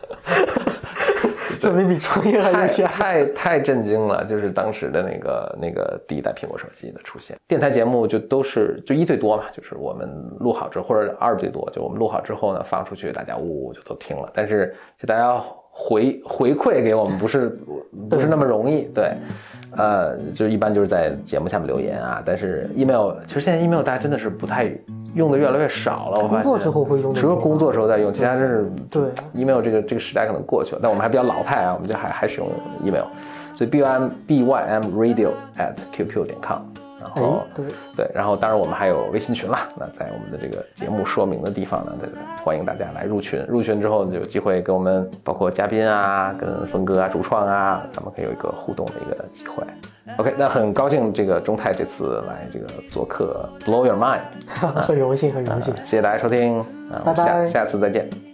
这比创业还有钱，
太震惊了！就是当时的那个第一代苹果手机的出现，电台节目就1对多嘛，就是我们录好之后，或者2对多，就我们录好之后呢，放出去，大家就都听了。但是就大家回馈给我们不是那么容易，对。就一般就是在节目下面留言啊，但是 email 其实现在 email 大家真的是不太用的越来越少了，我发现
工作之后会用，
除了工作时候在用，其他真是
对
email 这个时代可能过去了，但我们还比较老派啊，我们就还使用 email， 所以 bymradio@qq.com， 然后对，然后当然我们还有微信群啦，那在我们的这个节目说明的地方呢，欢迎大家来入群，入群之后就有机会跟我们包括嘉宾啊，跟峰哥啊、主创啊，咱们可以有一个互动的一个机会。OK， 那很高兴这个中泰这次来这个做客 Blow Your Mind，
很荣幸，很荣幸，
谢谢大家收听，
拜拜，
下次再见。